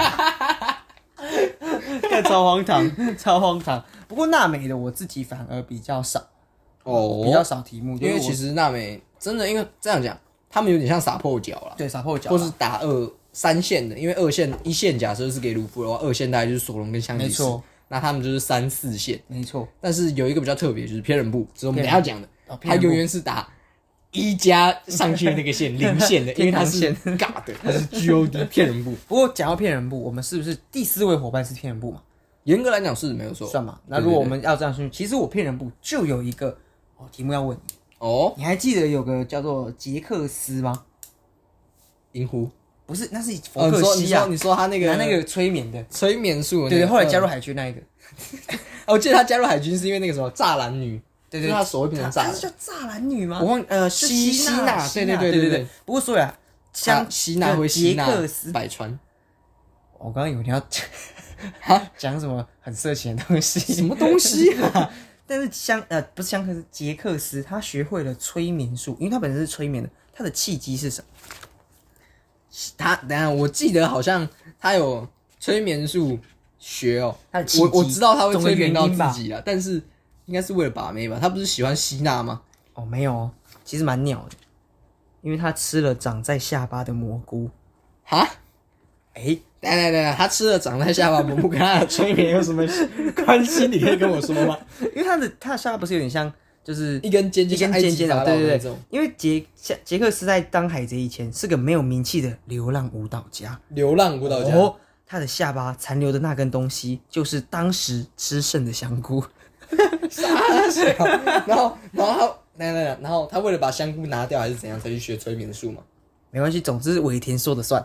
看超荒唐，超荒唐。不过娜美的我自己反而比较少哦， 比较少题目， 因为其实娜美真的，因为这样讲，他们有点像撒破脚啦， 对，撒破脚， 或是打3线的，因为2线、1线假设是给鲁夫的话，2线大概就是索隆跟香吉士，没错，那他们就是3、4线， 没错。 但是有一个比较特别，就是偏人部，这是我们等一下讲的，他永远是打1加上去的那个线0线的，因为他是尬的，他是 GOD 骗人部。 不过讲到骗人部，我们是不是第4位伙伴是骗人部嘛？ 严格来讲是没有错， 算嘛。那如果我们要这样去，其实我骗人部就有一个题目要问你哦，你还记得有个叫做杰克斯吗？ 银狐。 不是，那是佛克西啊！ 你说他那个催眠的催眠术， 对，后来加入海军那一个。 我记得他加入海军是因为那个什么栅栏女， 对对， 他手会变成栅栏。 他是叫栅栏女吗？ 我忘希娜，对。 不过说呀，像希娜会希娜百川。 我刚刚以为你要讲什么很色情的东西， 什么东西啊？ 但是不是香克斯，杰克斯他学会了催眠术，因为他本身是催眠的，他的契机是什么？ 等一下，我记得好像他有催眠术学哦， 他的契机我知道他会催眠到自己啦，但是应该是为了把妹吧？他不是喜欢希娜吗？ 哦，没有哦，其实蛮鸟的，因为他吃了长在下巴的蘑菇。 哈？等，他吃了长在下巴蘑菇跟他的催眠有什么关系？你可以跟我说吗？ 因为他的下巴不是有点像？就是一根尖尖的，对，因为杰克斯在当海贼以前是个没有名气的流浪舞蹈家。哦，他的下巴残留的那根东西就是当时吃剩的香菇。 然后他为了把香菇拿掉还是怎样才去学催眠术嘛？ 没关系，总之尾田说的算。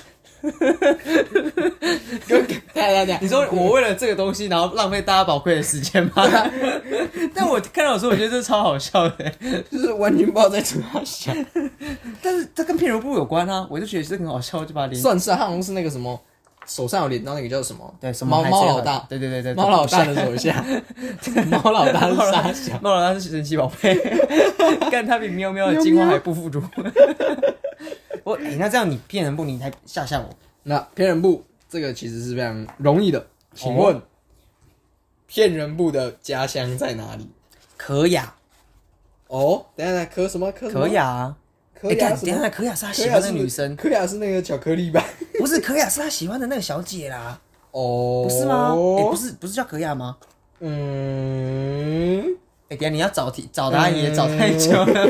你说我为了这个东西，然后浪费大家宝贵的时间吗？但我看到的时候，我觉得这超好笑的， 就是完全不知道在怎么想。 但是它跟骗人部有关啊，我就觉得这很好笑，就把它连。 算是啊，他好像是那个什么手上有连到那个叫什么？ 对，什么猫老大？ 对， 猫老大的手下。猫老大是傻小， 猫老大是神奇宝贝，干他比喵喵的进化还不富足。那这样你骗人部你还吓我？ 那骗人部这个其实是非常容易的，请问骗人部的家乡在哪里？ 可雅。 哦，等一下，可什么？ 可雅啊。可雅什么？等一下，可雅是他喜欢的女生。 可雅是那个巧克力吧？ 不是，可雅是他喜欢的那个小姐啦。 哦， 不是吗？不是叫可雅吗？等一下你要找答案也找太久了。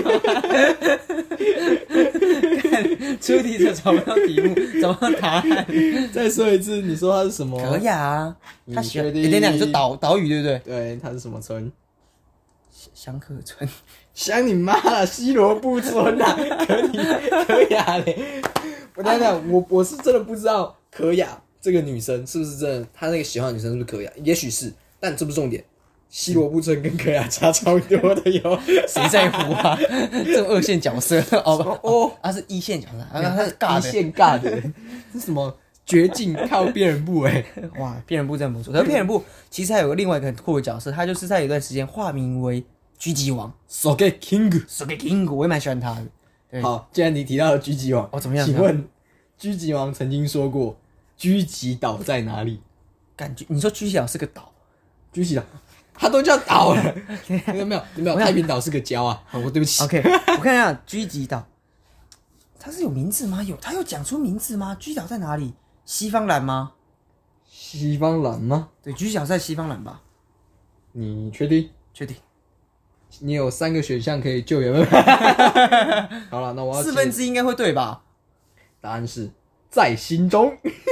出题者找不到题目，找不到答案。 再说一次，你说他是什么？ 可雅啊，他喜欢。等一下，你说岛屿对不对？ 对，他是什么村？ 香客村。 香你妈啦，西罗布村啊！可雅嘞！我等等，我是真的不知道可雅这个女生是不是真的，她那个喜欢的女生是不是可雅？也许是，但这不是重点。西罗布村跟可雅差超多的哟， 谁在乎啊？这种2线角色他是1线角色，他是尬的， 1线尬的，这是什么绝境靠骗人部哇，骗人部真的不错。可是骗人部其实还有另外一个很酷的角色，他就是在有一段时间化名为狙击王 ，Soge King， 我也蛮喜欢他的。 好，既然你提到了狙击王， 怎么样？ 请问狙击王曾经说过， 狙击岛在哪里？ 感觉你说狙击岛是个岛， 狙击岛它都叫岛了，有没有？太平岛是个礁啊！我对不起。 OK， 我看一下狙击岛，它是有名字吗？它有讲出名字吗？狙击岛在哪里？西方蓝吗？ 西方蓝吗？ 对，狙击岛在西方蓝吧？ 你确定？ 确定。 你有3个选项可以救援。好了，那我要 1/4应该会对吧？ 答案是在心中。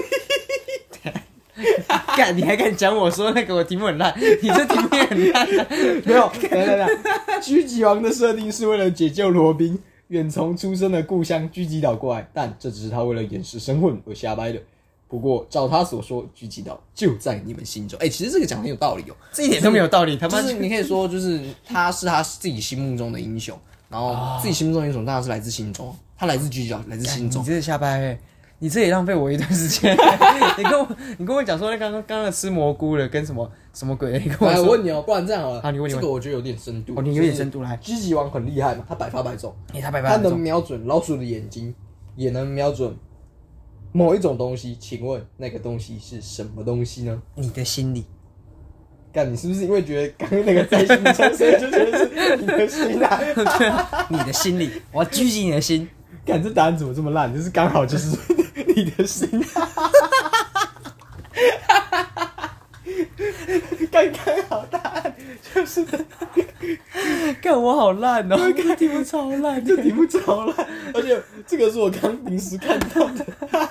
干，你还敢讲我说那个我题目很烂？你这题目也很烂啊！ 没有，等，狙击王的设定是为了解救罗宾远从出生的故乡狙击岛过来，但这只是他为了掩饰身份而瞎掰的。不过照他所说，狙击岛就在你们心中。其实这个讲很有道理哦， 这一点都没有道理。他妈， 就是你可以说，就是他是他自己心目中的英雄，然后自己心目中的英雄当然是来自心中，他来自狙击岛，来自心中。 你这是瞎掰你这也浪费我一段时间。你跟我讲说那刚刚吃蘑菇的跟什么鬼？你跟我说， 我问你哦，不然这样好了。 好，你问。 这个我觉得有点深度。 你有点深度来。 狙击王很厉害嘛，他百发百中。 他能瞄准老鼠的眼睛，也能瞄准某一种东西。请问那个东西是什么东西呢？ 你的心里。 干，你是不是因为觉得刚刚那个在心里产生，就觉得是你的心啊？ 对，你的心里，我要狙击你的心。 干，这答案怎么这么烂？就是刚好就是你的心。刚好答案就是干，我好烂哦！这题目超烂， 这题目超烂，而且这个是我刚临时看到的。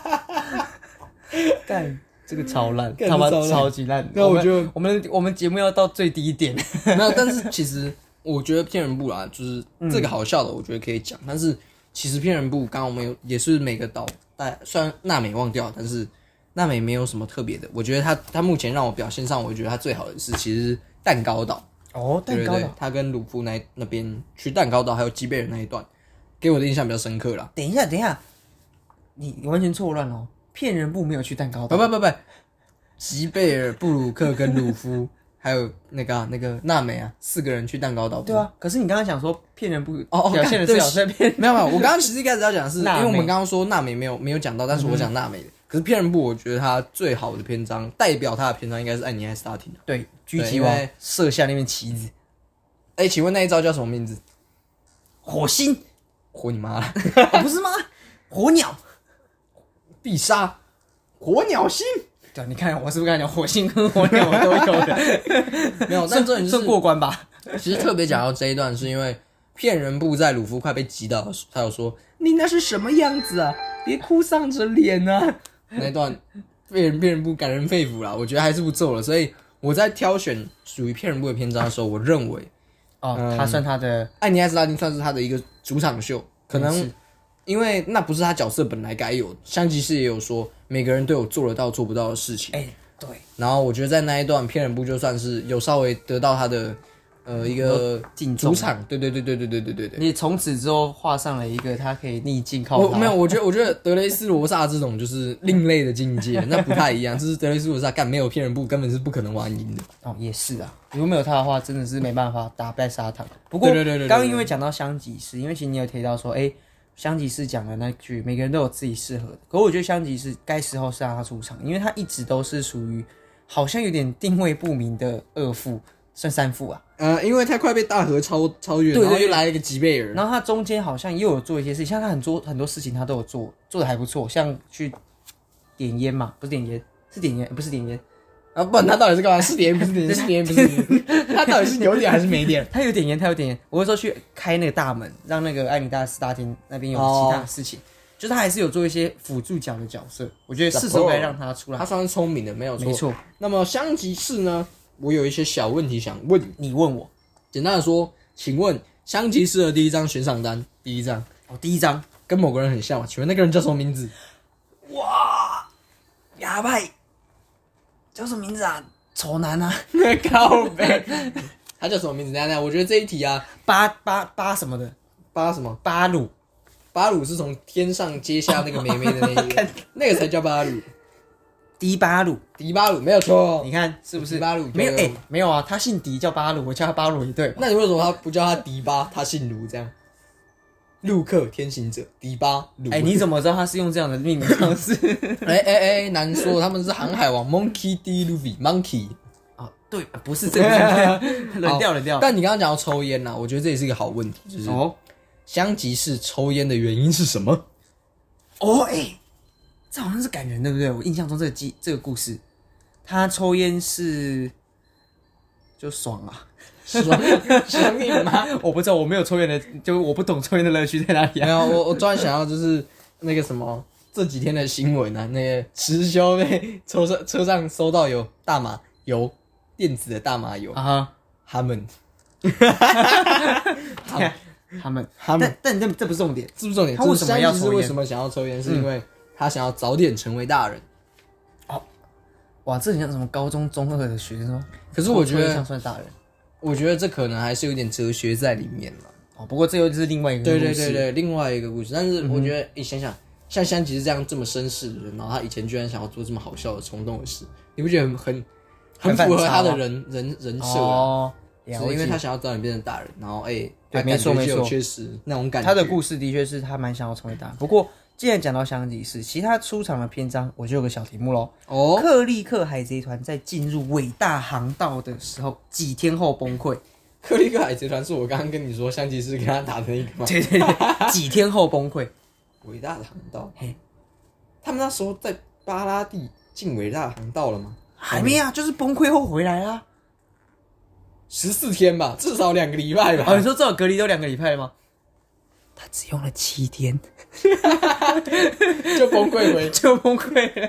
干，这个超烂，他妈超级烂。 那我觉得我们节目要到最低点。 没有，但是其实我觉得骗人部啦，就是这个好笑的，我觉得可以讲。但是其实骗人部，刚刚我们也是每个岛，虽然娜美忘掉，但是娜美没有什么特别的。我觉得他目前让我表现上，我觉得他最好的是其实是蛋糕岛。 蛋糕岛， 他跟鲁夫那边去蛋糕岛还有基贝尔那一段，给我的印象比较深刻啦。 等一下，你完全错乱哦！骗人部没有去蛋糕岛， 不，吉贝尔、布鲁克跟鲁夫还有那个娜美啊，4个人去蛋糕岛。 对啊，可是你刚刚讲说骗人部表现的是角色骗， 没有，我刚刚其实一开始要讲的是，因为我们刚刚说娜美没有讲到，但是我讲娜美的。可是骗人部，我觉得他最好的篇章，代表他的篇章应该是艾尼埃斯塔廷。 对，狙击王射下那面旗子。 请问那一招叫什么名字？ 火星？ 火你妈了！ 不是吗？火鸟？ 必杀？火鸟星？ 对，你看我是不是刚才讲火星跟火鸟我都有的？ 没有，但这就是算过关吧。 其实特别讲到这一段，是因为骗人部在鲁夫快被击倒的时候，他有说：“你那是什么样子啊？别哭丧着脸啊！”那段骗人部感人肺腑啦，我觉得还是不错了。所以我在挑选属于骗人部的篇章的时候，我认为， 他算他的艾尼埃斯拉丁算是他的一个主场秀，可能因为那不是他角色本来该有的。香吉士也有说，每个人都有做得到做不到的事情。 对。 然后我觉得在那一段骗人部就算是有稍微得到他的。一个主场，对， 你从此之后画上了一个他可以逆境靠他。 没有，我觉得德雷斯罗萨这种就是另类的境界，那不太一样。就是德雷斯罗萨干没有骗人部根本是不可能玩赢的。 也是啊，如果没有他的话，真的是没办法打败沙糖。不过刚刚因为讲到香吉士，因为其实你有提到说，香吉士讲的那句每个人都有自己适合的，可我觉得香吉士该时候是让他出场，因为他一直都是属于好像有点定位不明的二副。算3副啊， 因为他快被大河超越，然后又来了一个吉贝尔， 然后他中间好像又有做一些事情，像他很多事情他都有做的还不错，像去点烟嘛，不是点烟，是点烟，不是点烟啊，不然他到底是干嘛？是点烟不是点烟，是点烟不是点烟，他到底是有点还是没点？ 他有点烟，我会说去开那个大门，让那个艾尼达斯大厅那边有其他的事情，就是他还是有做一些辅助角的角色，我觉得是时候该让他出来， 他算是聪明的，没有错， 没错。 那么香吉士呢？我有一些小问题想问你问我。 简单的说，请问香吉士的第一张悬赏单，第一张跟某个人很像吗？请问那个人叫什么名字？ 哇，哑巴，叫什么名字啊？丑男啊， 靠北，他叫什么名字？等下，我觉得这一题啊， 巴什么的， 巴什么？ 巴鲁是从天上接下那个妹妹的那一个，那个才叫巴鲁。 迪巴鲁没有错， 你看是不是？ 迪巴鲁没有没有啊，他姓迪叫巴鲁，我叫他巴鲁也对。 那你为什么他不叫他迪巴，他姓卢这样？ 陆克天行者，迪巴。 你怎么知道他是用这样的命名方式？ 难说，他们是航海王 Monkey D. Luffy Monkey。 对，不是这个，冷掉。 但你刚刚讲到抽烟我觉得这也是一个好问题，就是香吉士抽烟的原因是什么？ 这好像是感人，对不对？我印象中这个故事，他抽烟是就爽啊。 爽你吗？ 我不知道，我没有抽烟的，就我不懂抽烟的乐趣在哪里啊。 没有，我突然想到就是那个什么这几天的新闻那个持修被车上收到有大麻油，电子的大麻油他们， 但这不是重点， 是不是重点？ 他为什么要抽烟？ 为什么想要抽烟？是因为他想要早点成为大人。 哇，这很像什么高中中二的学生。 可是我觉得像算大人。 我觉得这可能还是有点哲学在里面了。 不过这又是另外一个故事。 对，另外一个故事。但是我觉得，你想想，像香吉士这样这么绅士的人，然后他以前居然想要做这么好笑的冲动的事，你不觉得很符合他的人设是因为他想要早点变成大人，然后对，没错， 确实那种感觉。 他的故事的确是他蛮想要成为大人。不过既然讲到香吉士，其他出场的篇章我就有个小题目咯。克利克海贼团在进入伟大航道的时候，几天后崩溃。 克利克海贼团是我刚刚跟你说香吉士跟他打的那个吗？ 对，几天后崩溃。 伟大的航道，他们那时候在巴拉蒂进伟大的航道了吗？ 还没啊，就是崩溃后回来啦。 14天吧，至少2个礼拜吧。 你说至少隔离都2个礼拜吗？他只用了7天。 就崩溃了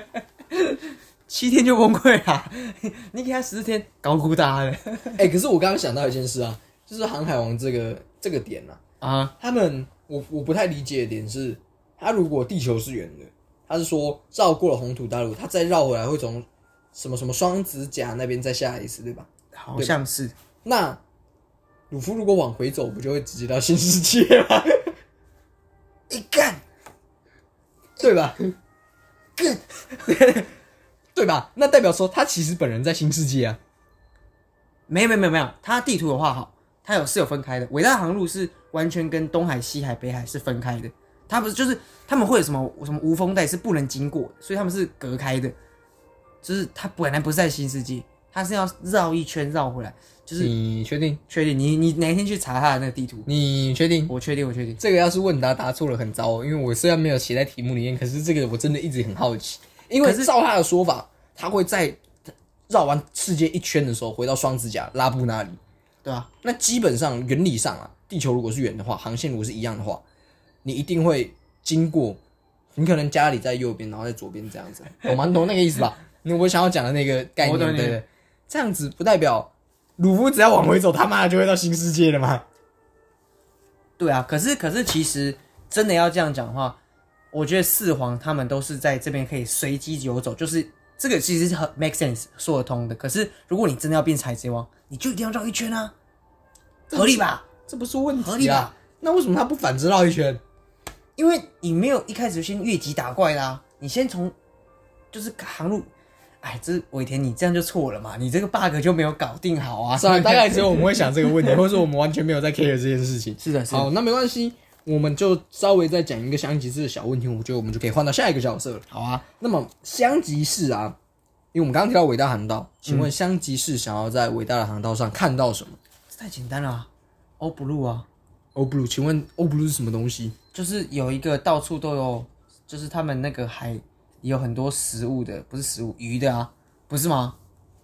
，7天就崩溃了。你给他14天，高估大了。 可是我刚刚想到一件事就是航海王这个点他们我不太理解的点是，他如果地球是圆的，他是说绕过了红土大陆，他再绕回来会从什么什么双子甲那边再下来一次，对吧？ 好像是。 那鲁夫如果往回走，不就会直接到新世界吗？ 干， 对吧？干，对吧？那代表说他其实本人在新世界啊。 没有，他地图的话好，他是有分开的。伟大航路是完全跟东海、西海、北海是分开的。他不是就是他们会有什么无风带是不能经过的，所以他们是隔开的。就是他本来不是在新世界，他是要绕一圈绕回来。就是你确定？ 确定？你哪一天去查他的那个地图？ 你确定？ 我确定。 这个要是问答错了很糟因为我虽然没有写在题目里面，可是这个我真的一直很好奇。因为照他的说法，他会在绕完世界一圈的时候回到双子甲拉布那里， 对吧？ 那基本上原理上地球如果是圆的话，航线如果是一样的话，你一定会经过，你可能家里在右边，然后在左边这样子，懂吗？你懂那个意思吧？我想要讲的那个概念，对，这样子不代表鲁夫只要往回走，他妈的就会到新世界了吗？ 对啊，可是其实真的要这样讲的话，我觉得四皇他们都是在这边可以随机游走，就是这个其实是很 make sense 说得通的。可是如果你真的要变海贼王，你就一定要绕一圈啊，合理吧？ 这不是问题合理吧？ 那为什么他不反着绕一圈？ 因为你没有一开始就先越级打怪啦，你先从就是航路。这尾田你这样就错了嘛？你这个 bug 就没有搞定好啊！ 算了，大概只有我们会想这个问题，或者说我们完全没有在 care 这件事情。 是的， 好，那没关系，我们就稍微再讲一个香吉士的小问题，我觉得我们就可以换到下一个角色了。 好啊， 那么香吉士因为我们刚刚提到伟大航道，请问香吉士想要在伟大的航道上看到什么？ 这太简单了，O Blue 啊 ，O Blue， 请问 O Blue 是什么东西？ 就是有一个到处都有，就是他们那个海也有很多食物的，不是食物鱼的啊。不是吗？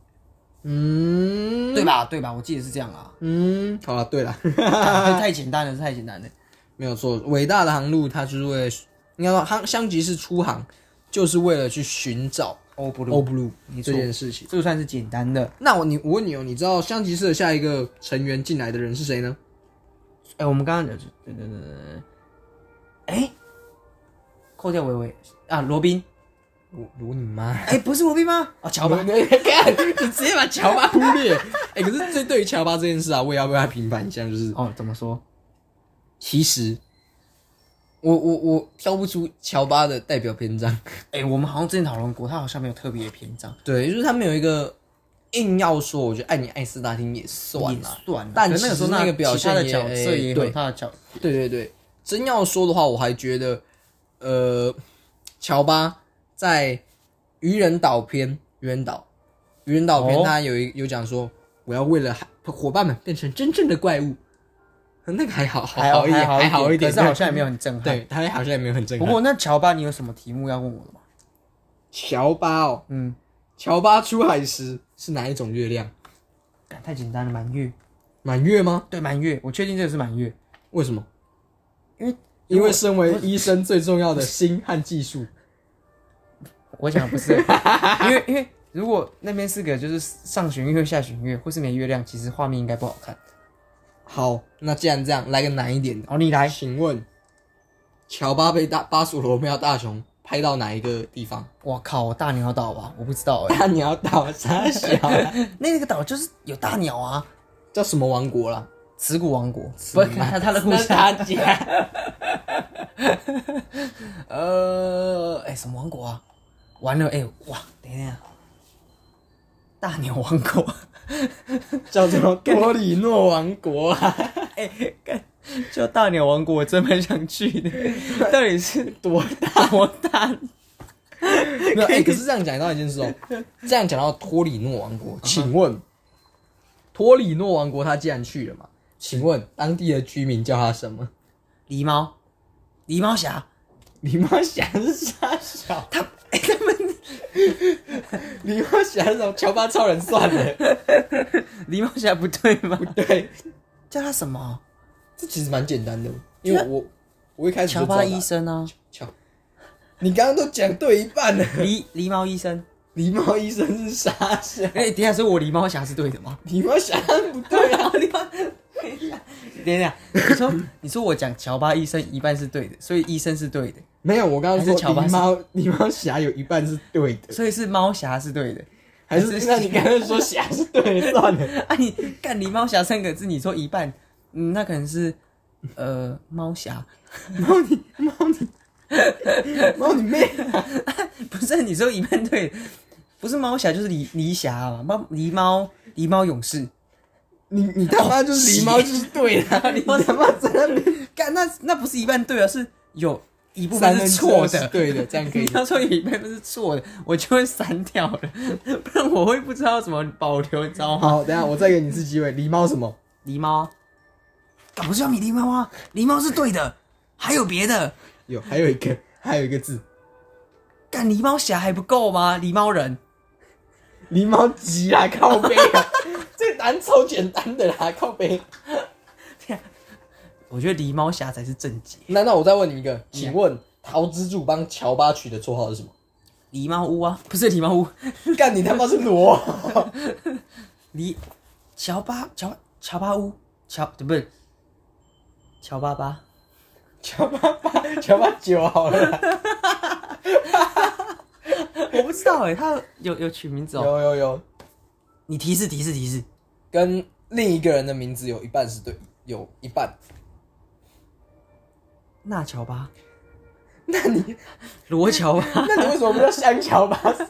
对吧？我记得是这样啊。 好了，对了， 太简单了，太简单了。 没有错，伟大的航路它就是为了，应该说香吉士出航就是为了去寻找 O Blue 这件事情， 这个算是简单的。 那我问你你知道香吉士的下一个成员进来的人是谁呢？ 我们刚刚扣掉维维啊，罗宾。 罗你妈！ 不是罗宾吗？乔巴， 你直接把乔巴忽略。可是对于乔巴这件事我也要为他平反一下，就是怎么说？ 其实我挑不出乔巴的代表篇章。 我们好像之前讨论过，他好像没有特别的篇章。 对，就是他没有一个硬要说，我觉得爱你爱斯大厅也算啦， 算啦。 但那个时候那个表现的角色也有他的角， 对。 真要说的话，我还觉得，乔巴在渔人岛篇，他有讲说，我要为了伙伴们变成真正的怪物。那个还好一点， 可是好像也没有很震撼。 对，他好像也没有很震撼。 不过那乔巴，你有什么题目要问我的吗？ 乔巴哦，乔巴出海时是哪一种月亮？ 太简单了，满月。 满月吗？ 对，满月，我确定这个是满月。 为什么？ 因为身为医生最重要的心和技术。 我想不是，因为如果那边是个就是上弦月、下弦月，或是没月亮，其实画面应该不好看。 好，那既然这样，来个难一点的。 你来。 请问，乔巴被巴蜀罗庙大雄拍到哪一个地方？ 我靠，大鸟岛吧？我不知道大鸟岛啥小？ 那个岛就是有大鸟啊， 叫什么王国啦？ 耻骨王国。不是他的故事。 他家。 什么王国啊？完了，哇，等一下，大鸟王国。 叫做多里诺王国啊！ 叫大鸟王国，我真蛮想去的。到底是多大？ 可是这样讲到一件事哦，这样讲到托里诺王国，请问托里诺王国他既然去了嘛，请问当地的居民叫他什么？ 狸猫侠。 狸猫侠是啥小？他们狸猫侠是什么？乔巴超人算了。 狸猫侠不对吗？ 不对， 叫他什么？ 这其实蛮简单的，因为我一开始就乔巴医生啊。 你刚刚都讲对一半了。 狸猫医生。 狸猫医生是啥小？ 等一下，说我狸猫侠是对的吗？ 狸猫侠不对啊！ 等一下，你说我讲乔巴医生一半是对的，所以医生是对的。 没有，我刚刚说狸猫侠有一半是对的， 所以是猫侠是对的， 还是那你刚刚说侠是对的算了。 你干狸猫侠3个字，你说一半，那可能是猫侠。 猫你妹！ 不是你说一半对的，不是猫侠就是狸侠嘛？狸猫勇士。 你他妈就是狸猫就是对的，你他妈在那边干那不是一半对啊，是有一部分是错的， 对的，这样可以。 你要说有一部分是错的，我就会删掉了，不然我会不知道怎么保留，你知道吗？ 好，等一下我再给你一次机会。狸猫什么？ 狸猫，不是叫米狸猫啊？狸猫是对的，还有别的？ 还有一个字。 干狸猫侠还不够吗？狸猫人， 狸猫急啊，靠背啊！这个答案超简单的啦，靠背。 我觉得狸猫侠才是正解。 那我再问你一个，请问桃之助帮乔巴取的绰号是什么？ 狸猫屋啊，不是狸猫屋。 干你他妈是罗！ 乔巴屋，不是乔巴巴 9好了啦。 我不知道他有取名字哦。有。 你提示， 跟另一个人的名字有一半是对，有一半。 那乔巴？ 那你罗乔巴？ 那你为什么不叫香乔巴算？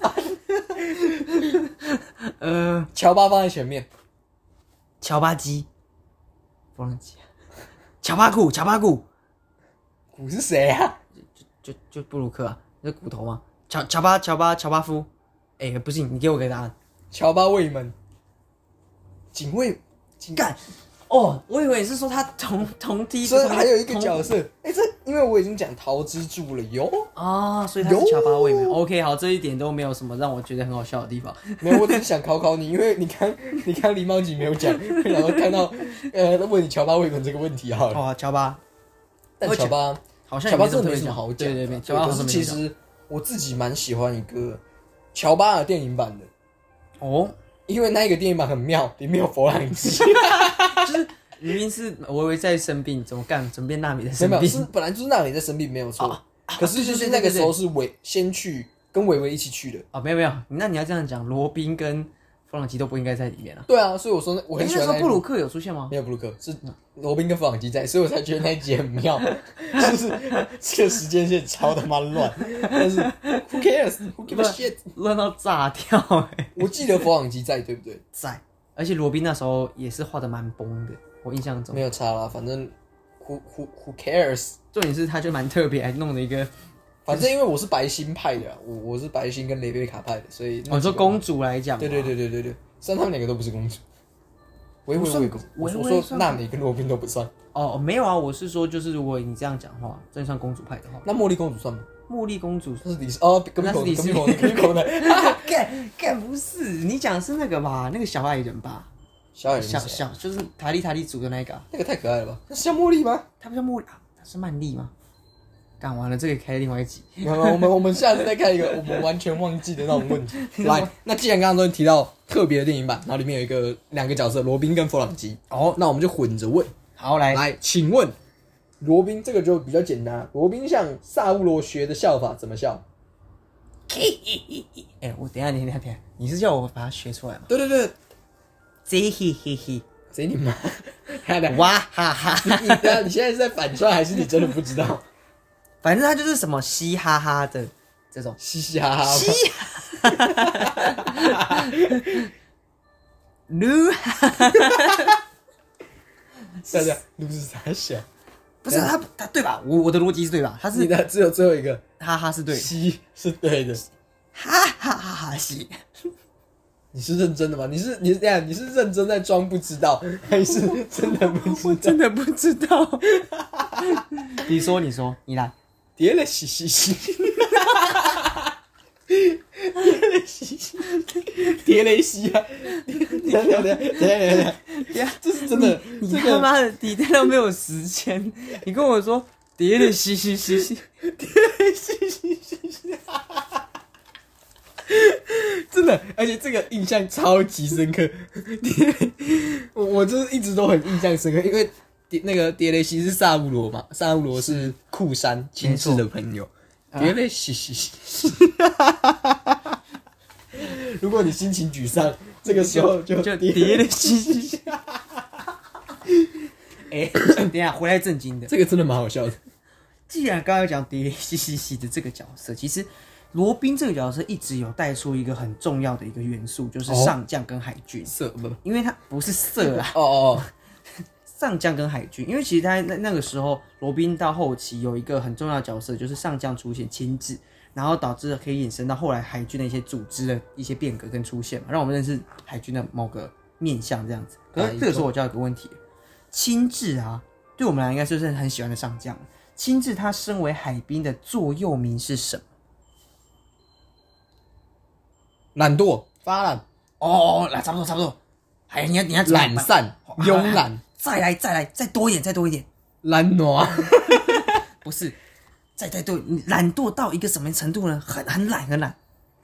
乔巴放在前面。 乔巴鸡，弗朗基。乔巴古古是谁啊？ 就布鲁克啊，那骨头吗？乔巴夫。不行，你给我个答案。 乔巴卫门，警卫干。哦，我以为是说他同梯， 所以还有一个角色。这因为我已经讲桃之助了哟。 所以他是乔巴卫门。OK， 好，这一点都没有什么让我觉得很好笑的地方。 没有，我只是想考你，因为你看狸猫集没有讲，然后看到问你乔巴卫门这个问题好了。 乔巴， 但乔巴好像真的没什么好讲。 对，乔巴好像没什么好讲。 可是其实我自己蛮喜欢一个乔巴的电影版的。因为那一个电影版很妙，里面有佛朗基。 就是明明是维维在生病，怎么变纳米在生病？ 没有，本来就是纳米在生病没有错。可是就是那个时候是先去跟维维一起去的。 没有，那你要这样讲，罗宾跟弗朗基都不应该在里面啊。 对啊，所以我说我很喜欢。 那时候布鲁克有出现吗？ 没有布鲁克，是罗宾跟弗朗基在，所以我才觉得那一集很妙。就是这个时间线超他妈乱，但是 who cares？Who give a shit？ 乱到炸掉我记得弗朗基在，对不对？ 在，而且罗宾那时候也是画的蛮崩的，我印象中。 没有差啦，反正 who cares？ 重点是他就蛮特别，还弄了一个。 反正因为我是白星派的，我是白星跟雷贝卡派的，所以我说公主来讲， 对，虽然他们两个都不是公主，我说娜美跟罗宾都不算。 哦，没有啊，我是说就是如果你这样讲话，真算公主派的话， 那茉莉公主算吗？ 茉莉公主那是迪士哦， 那是迪士尼的， 干不是，你讲的是那个吧？那个小矮人吧？ 小矮人小就是塔利组的那个， 那个太可爱了吧？那是叫茉莉吗？ 他不叫茉莉啊，他是曼丽吗？干完了，这个开另外一集。 我们下次再开一个我们完全忘记的那种问题。来，那既然刚刚都提到特别的电影版，然后里面有两个角色，罗宾跟弗朗基。哦，那我们就混着问。 好，来， 请问罗宾这个就比较简单。罗宾向萨乌罗学的笑法怎么笑？ 我等一下，你是叫我把它学出来吗？ 对， 贼嘿嘿嘿， 贼你妈！ 哇哈哈！ 你现在是在反串还是你真的不知道？ 反正他就是什么嘻哈哈的这种嘻嘻哈哈， 嘻哈哈，撸哈哈哈， 撸是啥小？ 不是他对吧？我的逻辑是对吧？他是你的只有最后一个， 哈哈是对， 嘻是对的， 哈哈哈哈嘻。 你是认真的吗？你是认真在装不知道，还是真的不知道？ 我真的不知道。你说，你来。 叠了嘻嘻嘻，叠了嘻啊！等，这是真的。 你他妈的，你真的没有时间。你跟我说叠了嘻嘻嘻嘻， 叠了嘻嘻嘻，真的，而且这个印象超级深刻。我就是一直都很印象深刻，因为。那个蝶雷西是萨乌罗嘛？萨乌罗是库山亲自的朋友。蝶雷西，如果你心情沮丧，这个时候就蝶雷西。等一下回来正经的， 这个真的蛮好笑的。 既然刚刚讲蝶雷西的这个角色，其实罗宾这个角色一直有带出一个很重要的一个元素，就是上将跟海军。 色不， 因为他不是色啦。 哦。 上将跟海军，因为其实他那个时候，罗宾到后期有一个很重要的角色，就是上将出现亲自，然后导致可以衍生到后来海军的一些组织的一些变革跟出现嘛，让我们认识海军的某个面向这样子。可是这个时候我就有一个问题，亲自啊，对我们来应该就是很喜欢的上将。亲自他身为海兵的座右铭是什么？ 懒惰、发懒。 哦，来，差不多。哎，你要懒散、慵懒。 再来，再多一点。 懒惰， 不是，再多，懒惰到一个什么程度呢？很懒。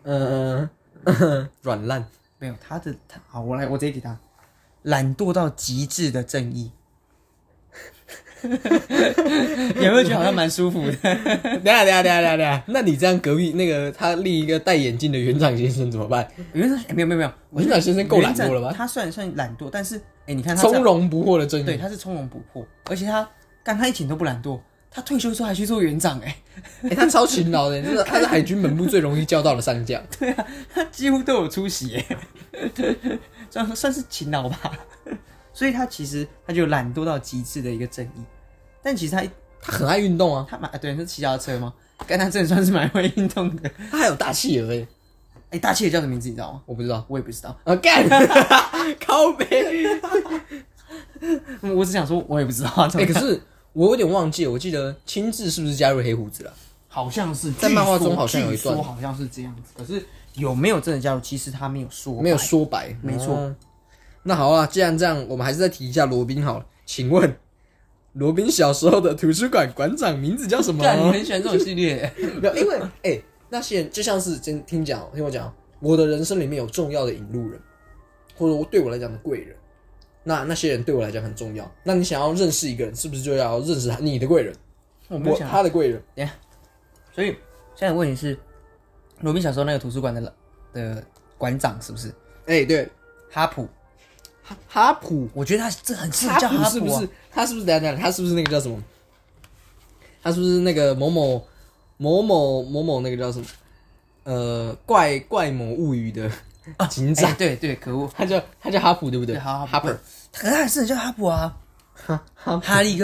软烂。 没有好，我直接给他，懒惰到极致的正义。有没有觉得好像蛮舒服的？ 等下，那你这样隔壁那个他另一个戴眼镜的园长先生怎么办？ 园长没有， 园长先生够懒惰了吧？ 他算懒惰，但是你看他从容不迫的正义， 对，他是从容不迫，而且他一点都不懒惰，他退休之后还去做园长， 他超勤劳的，就是他是海军本部最容易叫到的上将。 对啊，他几乎都有出席，算是勤劳吧。所以他其实就懒惰到极致的一个正义，但其实他很爱运动啊， 对，是骑脚踏车吗？但他真的算是蛮会运动的。 他还有大企鹅大企鹅叫什么名字你知道吗？ 我不知道， 我也不知道。 干，靠北。 我只想说，我也不知道。 可是我有点忘记了，我记得亲自是不是加入黑胡子了？ 好像是， 在漫画中好像有一段， 好像是这样子。可是有没有真的加入？其实他没有说白， 没错。 那好啊，既然这样，我们还是再提一下罗宾好了。请问，罗宾小时候的图书馆馆长名字叫什么？ 你很喜欢这种系列， 因为那些人就像是听我讲，我的人生里面有重要的引路人，或者对我来讲的贵人。那些人对我来讲很重要。那你想要认识一个人，是不是就要认识你的贵人？他的贵人。 所以现在问题是，罗宾小时候那个图书馆的馆长是不是？ 对， 哈普。 哈普， 我觉得他这很适合叫哈普， 是不是？他是不是等下他是不是那个叫什么？他是不是那个某某那个叫什么？怪某物语的警长？ 对，可恶， 他叫哈普，对不对？ 哈普，可是他很适合叫哈普啊。哈利克，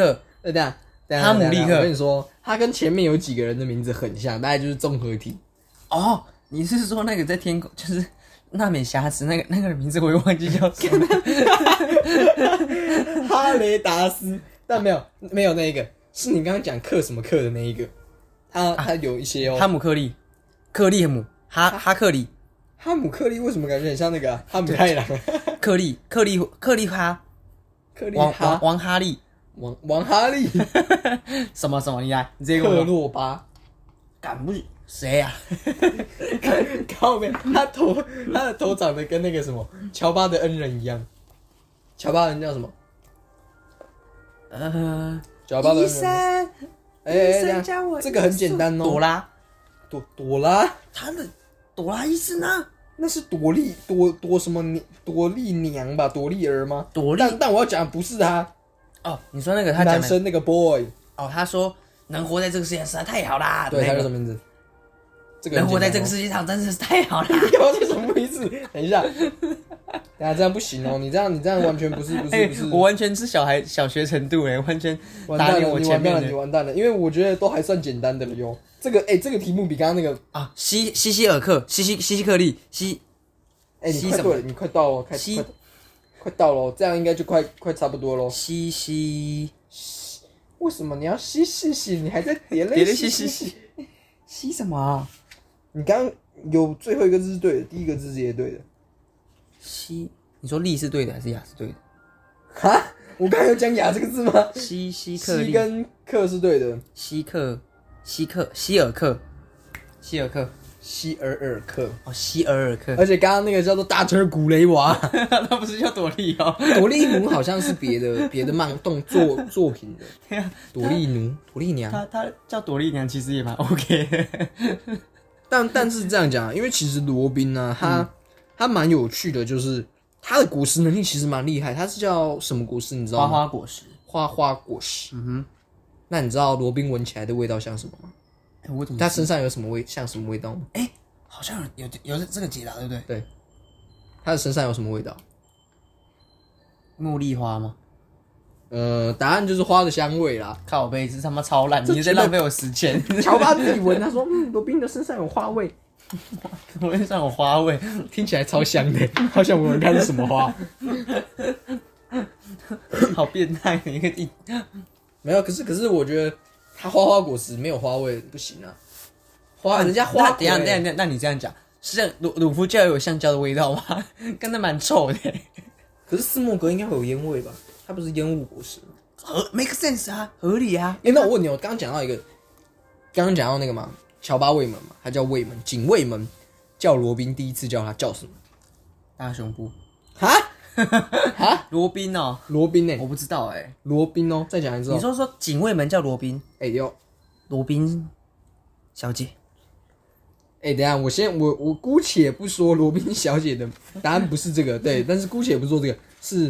哈姆立克，我跟你说，他跟前面有几个人的名字很像，大概就是综合体。 哦，你是说那个在天空，就是娜美瑕疵那个人名字我也忘记叫什么哈雷达斯，但没有那个，是你刚刚讲克什么克的那一个，他有一些哦， 哈姆克利姆哈克利， 哈姆克利为什么感觉很像那个哈姆太郎？ 克利哈，王哈利。 王哈利什么你来，你这个克洛巴， 敢不谁呀？ 靠边，他的头长得跟那个什么乔巴的恩人一样。乔巴人叫什么？乔巴的恩人。医生教我，这个很简单哦。朵拉， 他的朵拉医生呢？ 那是朵莉娘吧？朵莉儿吗？但我要讲的不是他。 哦，你说那个他讲的男生那个 boy 哦，他说能活在这个世界上实在太好啦。 对，他叫什么名字？ 能活在这个世界上真的是太好啦。 这什么意思？等一下，这样不行哦，你这样完全不是。 我完全是小学程度完全打脸我前面的，你完蛋了，因为我觉得都还算简单的了哟。这个题目比刚刚那个啊，希尔克，希克利， 你快对了，你快到了，快到了，这样应该就快差不多咯。为什么你要吸？你还在叠泪吸什么啊？你刚刚有最后一个字是对的，第一个字也对的。 你说利是对的还是雅是对的？ 哈，我刚才有讲雅这个字吗？ 希克利， 希跟克是对的。 希尔克。希尔克， 而且刚刚那个叫做大特古雷娃， 他不是叫朵莉哦， 朵莉奴好像是别的漫动作品的。朵莉娘， 他叫朵莉娘其实也蛮 OK 的。 但是这样讲，因为其实罗宾呢，他蛮有趣的，就是他的果实能力其实蛮厉害。他是叫什么果实？你知道吗？花花果实。那你知道罗宾闻起来的味道像什么吗？他身上有什么像什么味道吗？ 好像有这个解答，对不对？ 对，他的身上有什么味道？ 茉莉花吗？ 答案就是花的香味啦。 靠背，这他妈超烂，你在浪费我时间。 乔巴自己闻，他说：“罗宾的身上有花味。” 我身上有花味， 听起来超香的，好想闻闻看是什么花。 好变态的一个地。 没有，可是我觉得它花果实没有花味不行啊。人家花， 等一下，那你这样讲，是鲁夫就要有橡胶的味道吗？跟那蛮臭的。 可是斯莫格应该会有烟味吧？它不是烟雾果实吗 ？make sense 啊，合理啊。 那我问你，我刚刚讲到那个嘛，乔巴卫门嘛，他叫卫门，警卫门，叫罗宾第一次叫他叫什么？ 大胸部。 哈？ 罗宾哦， 罗宾我不知道罗宾哦，再讲一次。 你说警卫门叫罗宾？ 有罗宾小姐。 等一下，我姑且不说罗宾小姐的答案不是这个，对，但是姑且不说这个是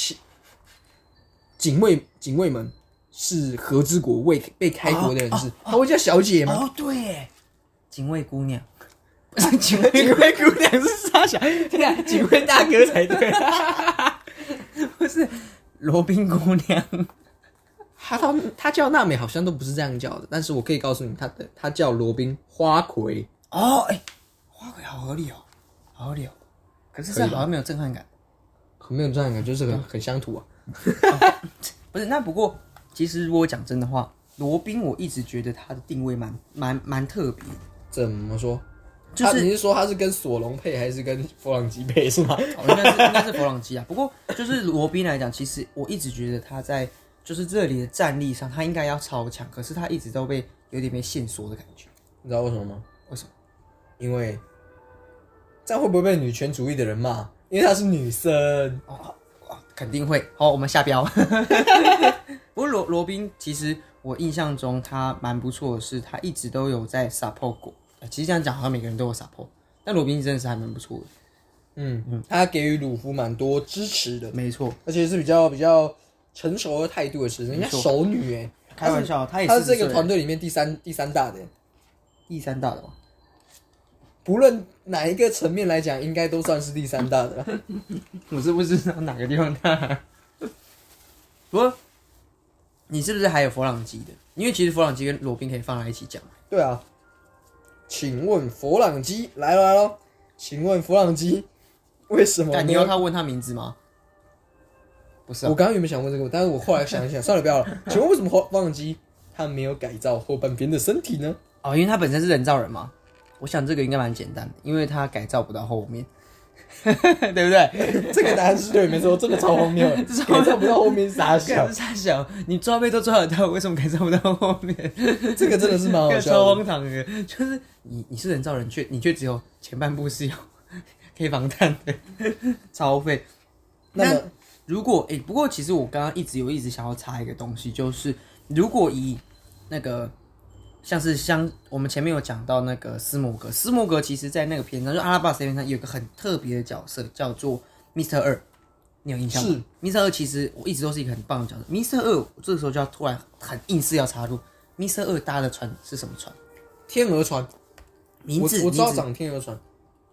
警卫们是和之国未被开国的人士，他会叫小姐吗？ 哦，对，警卫姑娘，不是警卫姑娘是傻小，对啊，警卫大哥才对，不是罗宾姑娘。 他叫娜美好像都不是这样叫的，但是我可以告诉你，他叫罗宾花魁。 花魁好合理哦，好合理哦。可是这好像没有震撼感， 没有震撼感，就是很乡土啊。 不是，那不过其实如果讲真的话，罗宾我一直觉得他的定位蛮特别。 怎么说？就是你是说他是跟索隆配还是跟弗朗基配是吗？ 应该是弗朗基啊。不过就是罗宾来讲，其实我一直觉得他在就是这里的战力上，他应该要超强，可是他一直都有点被限缩的感觉。 你知道为什么吗？ 为什么？ 因为这样会不会被女权主义的人骂？因为她是女生。 肯定会。好，我们下标。不过罗宾其实我印象中他蛮不错的是，他一直都有在 support 过。其实这样讲好像每个人都有 support， 但罗宾真的是还蛮不错的。 他给予鲁夫蛮多支持的， 没错， 而且是比较成熟的态度的支持。人家熟女开玩笑，他是这个团队里面第三大的， 第三大的吗？ 不论哪一个层面来讲，应该都算是第三大的。 我是不知道哪个地方大。不过你是不是还有佛朗机的？因为其实佛朗机跟罗宾可以放在一起讲。 对啊，请问佛朗机来咯，请问佛朗机为什么？ 你要他问他名字吗？不是、啊， 我刚刚有没有想问这个？但是我后来想一想，算了，不要了。请问为什么佛朗机它没有改造后半边的身体呢？ 哦，因为它本身是人造人嘛。我想这个应该蛮简单的，因为它改造不到后面。对不对？ 这个答案是对，没错，这个超荒谬，改造不到后面傻小， 傻小，你抓背都抓得到，为什么改造不到后面？ 这个真的是蛮好笑的， 超荒唐的，就是你是人造人，你却只有前半部是有可以防弹的，超废。那么如果不过其实我刚刚一直想要插一个东西，就是如果以那个。像我们前面有讲到那个斯摩格其实在那个篇章，就阿拉巴斯篇上有一个很特别的角色，叫做 Mr. 2，你有印象吗？是 Mr. 2，其实我一直都是一个很棒的角色。Mr. 2这个时候就要突然很硬是要插入 ，Mr. 2搭的船是什么船？ 天鹅船。 名字我知道长天鹅船。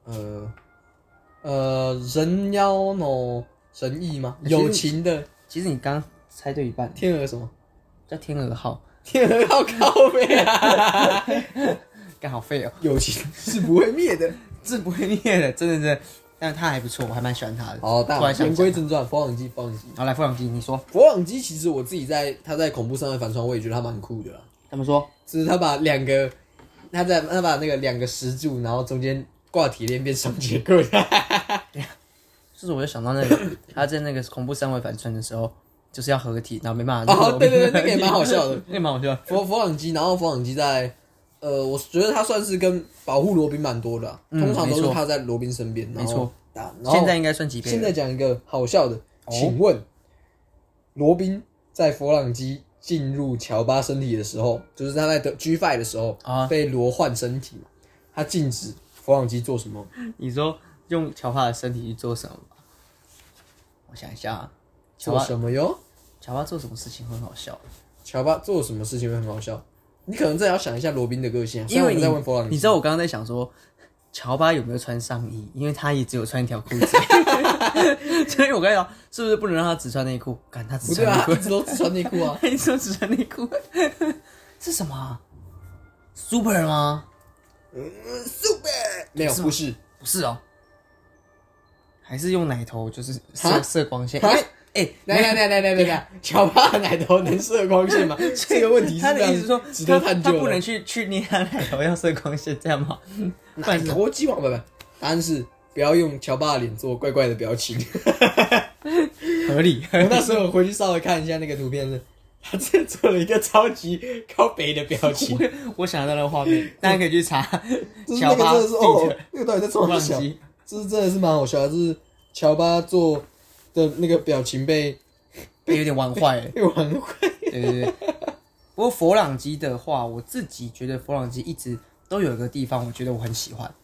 人妖no仁义吗？友情的。 其实你刚猜对一半。 天鹅什么？ 叫天鹅号。 天鹅号靠背啊， 刚好废哦。 友情是不会灭的， 是不会灭的，真的是。但是他还不错，我还蛮喜欢他的。 好，言归正传，佛朗机。 好，来佛朗机，你说。 佛朗机其实我自己他在恐怖上的反串，我也觉得他蛮酷的啦。 怎么说？ 就是他把他把那个2个石柱，然后中间挂铁链变双节棍。 就是我就想到那个他在那个恐怖三维反串的时候。就是要合体，然后没办法。 哦，对，那个也蛮好笑的， 那个蛮好笑的。 佛朗机，然后佛朗机在，我觉得他算是跟保护罗宾蛮多的、通常都是他在罗宾身边， 没错。 现在应该算几倍？ 现在讲一个好笑的，请问，罗宾在佛朗机进入乔巴身体的时候，就是他在G5 的时候被罗换身体，他禁止佛朗机做什么？ 你说用乔巴的身体去做什么？我想一下， 做什么哟？ 乔巴做什么事情会很好笑？ 乔巴做什么事情会很好笑？你可能真的要想一下罗宾的个性，因为在问佛朗机， 你知道我刚刚在想说，乔巴有没有穿上衣？因为他也只有穿一条裤子，所以我刚才讲是不是不能让他只穿内裤？干他只穿内裤， 一直都只穿内裤啊， 一直都只穿内裤，是什么、啊、？Super 吗 ？Super 没有，不是哦，还是用奶头就是射光线？ 来，乔巴的奶头能射光线吗？这个问题是他的意思是说， 值得探究。 他不能去捏他奶头要射光线，这样吗？ 奶头基本不，答案是不要用乔巴的脸做怪怪的表情。 合理。 我那时候回去稍微看一下那个图片，是他真的做了一个超级靠北的表情。 我想到那个画面，大家可以去查。 乔巴那个到底在做什么？这是真的是蛮好笑的，就是乔巴做的那个表情被有点玩坏了， 被玩坏。 对。不过佛朗机的话，我自己觉得佛朗机一直都有一个地方，我觉得我很喜欢。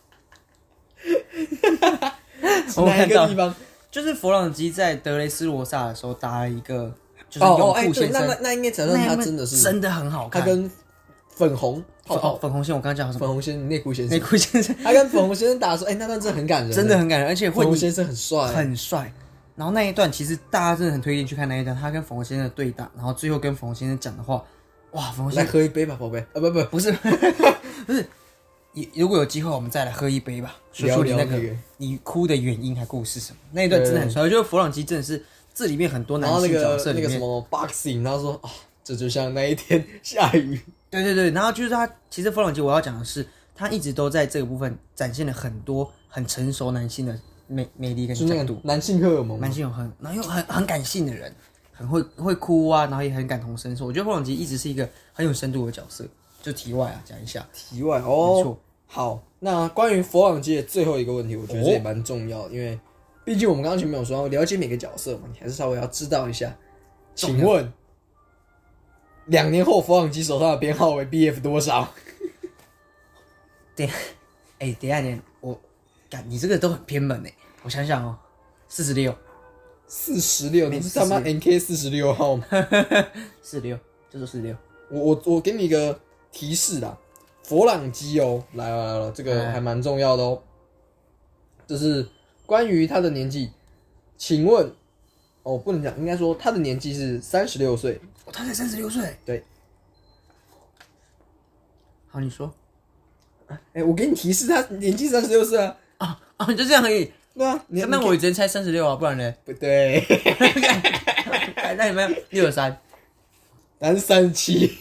哪一个地方？ 就是佛朗机在德雷斯罗萨的时候搭了一个，就是泳裤先生。 那应该承认他真的是真的很好看。 他跟粉红粉红线，我刚刚讲什么？ 粉红先内裤先生， 他跟粉红先生打的时候，那段真的很感人， 真的很感人，而且粉红先生很帅。然后那一段其实大家真的很推荐去看那一段，他跟粉红先生的对打，然后最后跟粉红先生讲的话，哇，粉红先生来喝一杯吧，宝贝。 不是，如果有机会我们再来喝一杯吧，说说你那个你哭的原因还故事什么，那一段真的很帅。我觉得佛朗机真的是这里面很多男性角色里面那个什么 boxing， 然后说这就像那一天下雨。 对，然后就是他，其实佛朗机我要讲的是，他一直都在这个部分展现了很多很成熟男性的魅力跟角度， 男性荷尔蒙， 男性有然后又很感性的人，很会哭啊，然后也很感同身受。我觉得佛朗机一直是一个很有深度的角色。就题外讲一下， 题外哦，没错。好，那关于佛朗机的最后一个问题，我觉得这也蛮重要的，因为毕竟我们刚刚前面有说了解每个角色嘛，你还是稍微要知道一下。请问，2年后佛朗机手上的编号为 BF 多少？ 等一下，你这个都很偏门哎，我想想哦，46， 你是他妈 NK 46号吗 ？46，就是46。 我给你一个提示啦，佛朗机哦，来了，这个还蛮重要的哦，就是关于他的年纪，请问哦，不能讲，应该说他的年纪是36岁。 哦，他才36岁。 对。 好，你说。 我给你提示，他年纪36岁啊。 就这样而已。 对啊， 那我以前猜36啊，不然呢？ 不对。 那有没有63？ 答案是37。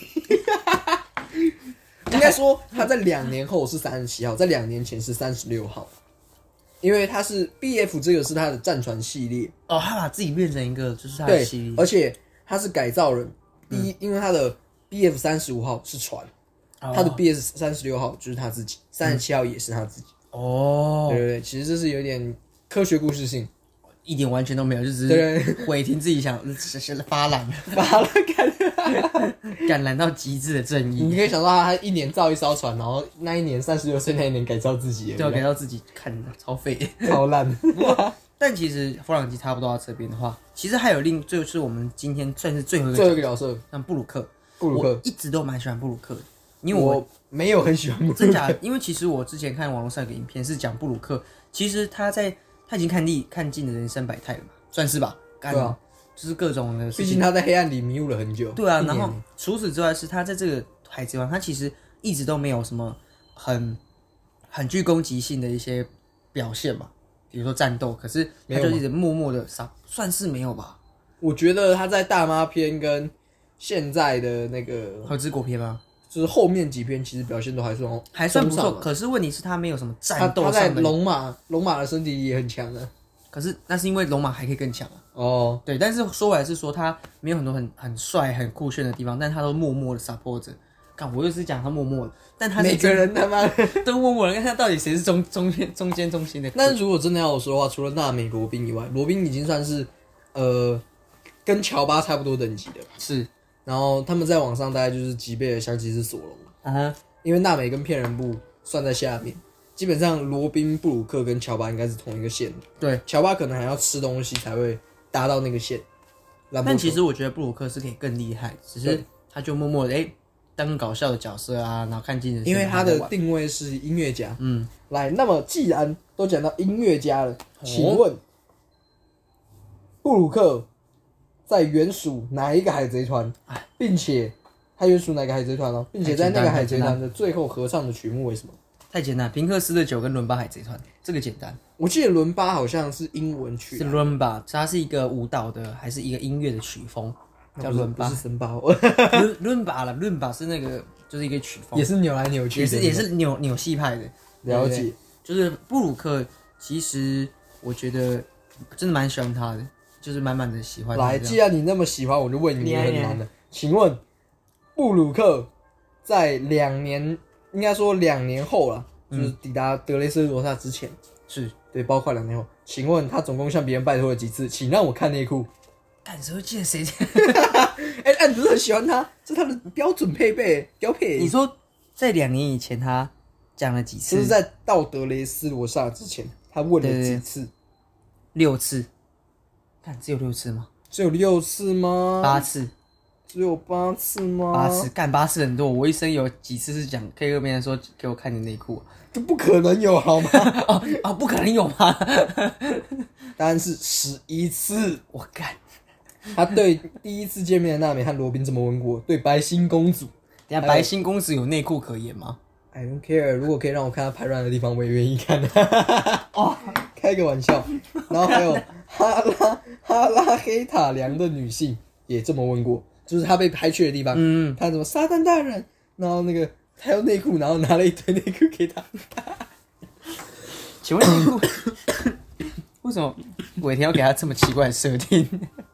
应该说他在2年后是37号，在2年前是36号，因为他是 BF 这个是他的战船系列。 哦，他把自己变成一个就是他的系列， 而且他是改造人。因为他的 BF 35号是船，他的 BF 36号就是他自己，37号也是他自己。 哦， 对，其实这是有点科学故事性。 一点完全都没有，就只是伟霆自己想发懒感染到极致的正义。 你可以想到他1年造一艘船，然后那一年36岁那一年改造自己， 对，改造自己，看超废超烂。 但其实弗朗基差不多到这边的话，其实还有就是我们今天算是最后一个角色， 像布鲁克。 我一直都蛮喜欢布鲁克的，因为我没有很喜欢布鲁克。 真假的？因为其实我之前看网络上有个影片是讲布鲁克，其实他已经看尽了人生百态了嘛，算是吧。 对啊， 就是各种的事情。 毕竟他在黑暗里迷雾了很久。 对啊，然后除此之外是他在这个海贼王，他其实一直都没有什么很具攻击性的一些表现嘛，比如说战斗，可是他就一直默默的算是没有吧。 我觉得他在大妈篇跟现在的那个和之国篇吗？ 就是后面几篇其实表现都还算不错，可是问题是他没有什么战斗上的。 他在龙马的身体也很强的， 可是那是因为龙马还可以更强啊。 哦， 对，但是说回来是说他没有很多很帅很酷炫的地方，但他都默默的 support 着。看我又是讲他默默的，但他每个人他妈都默默的，看他到底谁是中心的。 但如果真的要我说的话，除了娜美、罗宾以外，罗宾已经算是跟乔巴差不多等级的， 是。 然后他们在网上大概就是几倍的香吉士索隆，因为娜美跟骗人部算在下面，基本上罗宾、布鲁克跟乔巴应该是同一个线的。 对， 乔巴可能还要吃东西才会达到那个线。 但其实我觉得布鲁克是可以更厉害，只是他就默默的当搞笑的角色啊，然后看尽人生。 因为他的定位是音乐家。来，那么既然都讲到音乐家了，请问布鲁克在原属哪一个海贼团，并且他原属哪个海贼团并且在那个海贼团的最后合唱的曲目为什么？ 太简单，平克斯的酒跟伦巴海贼团，这个简单。 我记得伦巴好像是英文曲， 是伦巴，它是一个舞蹈的还是一个音乐的曲风，叫伦巴， 不是森巴。 伦巴了，伦巴是那个就是一个曲风， 也是扭来扭去的， 也是扭系派的。 了解， 就是布鲁克，其实我觉得真的蛮喜欢他的。就是满满的喜欢。 来，既然你那么喜欢，我就问你一个很难的，请问布鲁克在2年，应该说2年后啦，就是抵达德雷斯罗萨之前， 是对，包括2年后，请问他总共向别人拜托了几次？请让我看内裤。 干谁会记得谁？ 你不是很喜欢他？这是他的标准配备标配。 你说在2年以前他讲了几次？ 就是在到德雷斯罗萨之前，他问了几次 ？6次。只有6次吗？ 只有6次吗 ？8次。 只有8次吗 ？8次，8次很多。我一生有几次是讲 K 歌别人说给我看你内裤， 就不可能有好吗？ 不可能有吗？ 答案是11次。 我干， 他对第一次见面的娜美和罗宾这么问过，对白星公主。 等一下，白星公主有内裤可言吗 ？I don't care， 如果可以让我看她排卵的地方，我也愿意看。开个玩笑。然后还有哈拉黑塔良的女性也这么问过，就是她被拍去的地方，她什么撒旦大人，然后那个她有内裤，然后拿了一堆内裤给她。 请问内裤为什么尾田要给她这么奇怪的设定？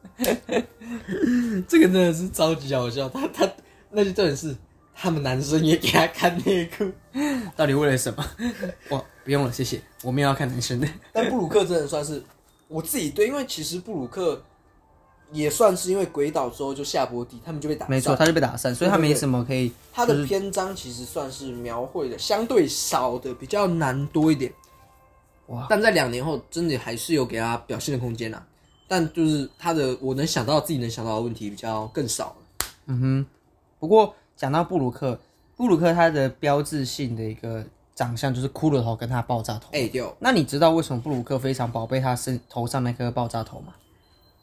这个真的是超级好笑。他那些重点是他们男生也给他看内裤， 到底为了什么？不用了，谢谢，我没有要看男生的。 但布鲁克真的算是我自己对，因为其实布鲁克也算是因为鬼岛之后就下波地，他们就被打散， 没错，他就被打散，所以他没什么可以。 他的篇章其实算是描绘的相对少的，比较难多一点。哇！但在2年后，真的还是有给他表现的空间啦。但就是他的我能想到自己能想到的问题比较更少了。 不过讲到布鲁克他的标志性的一个长相就是骷髅头跟他爆炸头。 对。 那你知道为什么布鲁克非常宝贝他头上那颗爆炸头吗？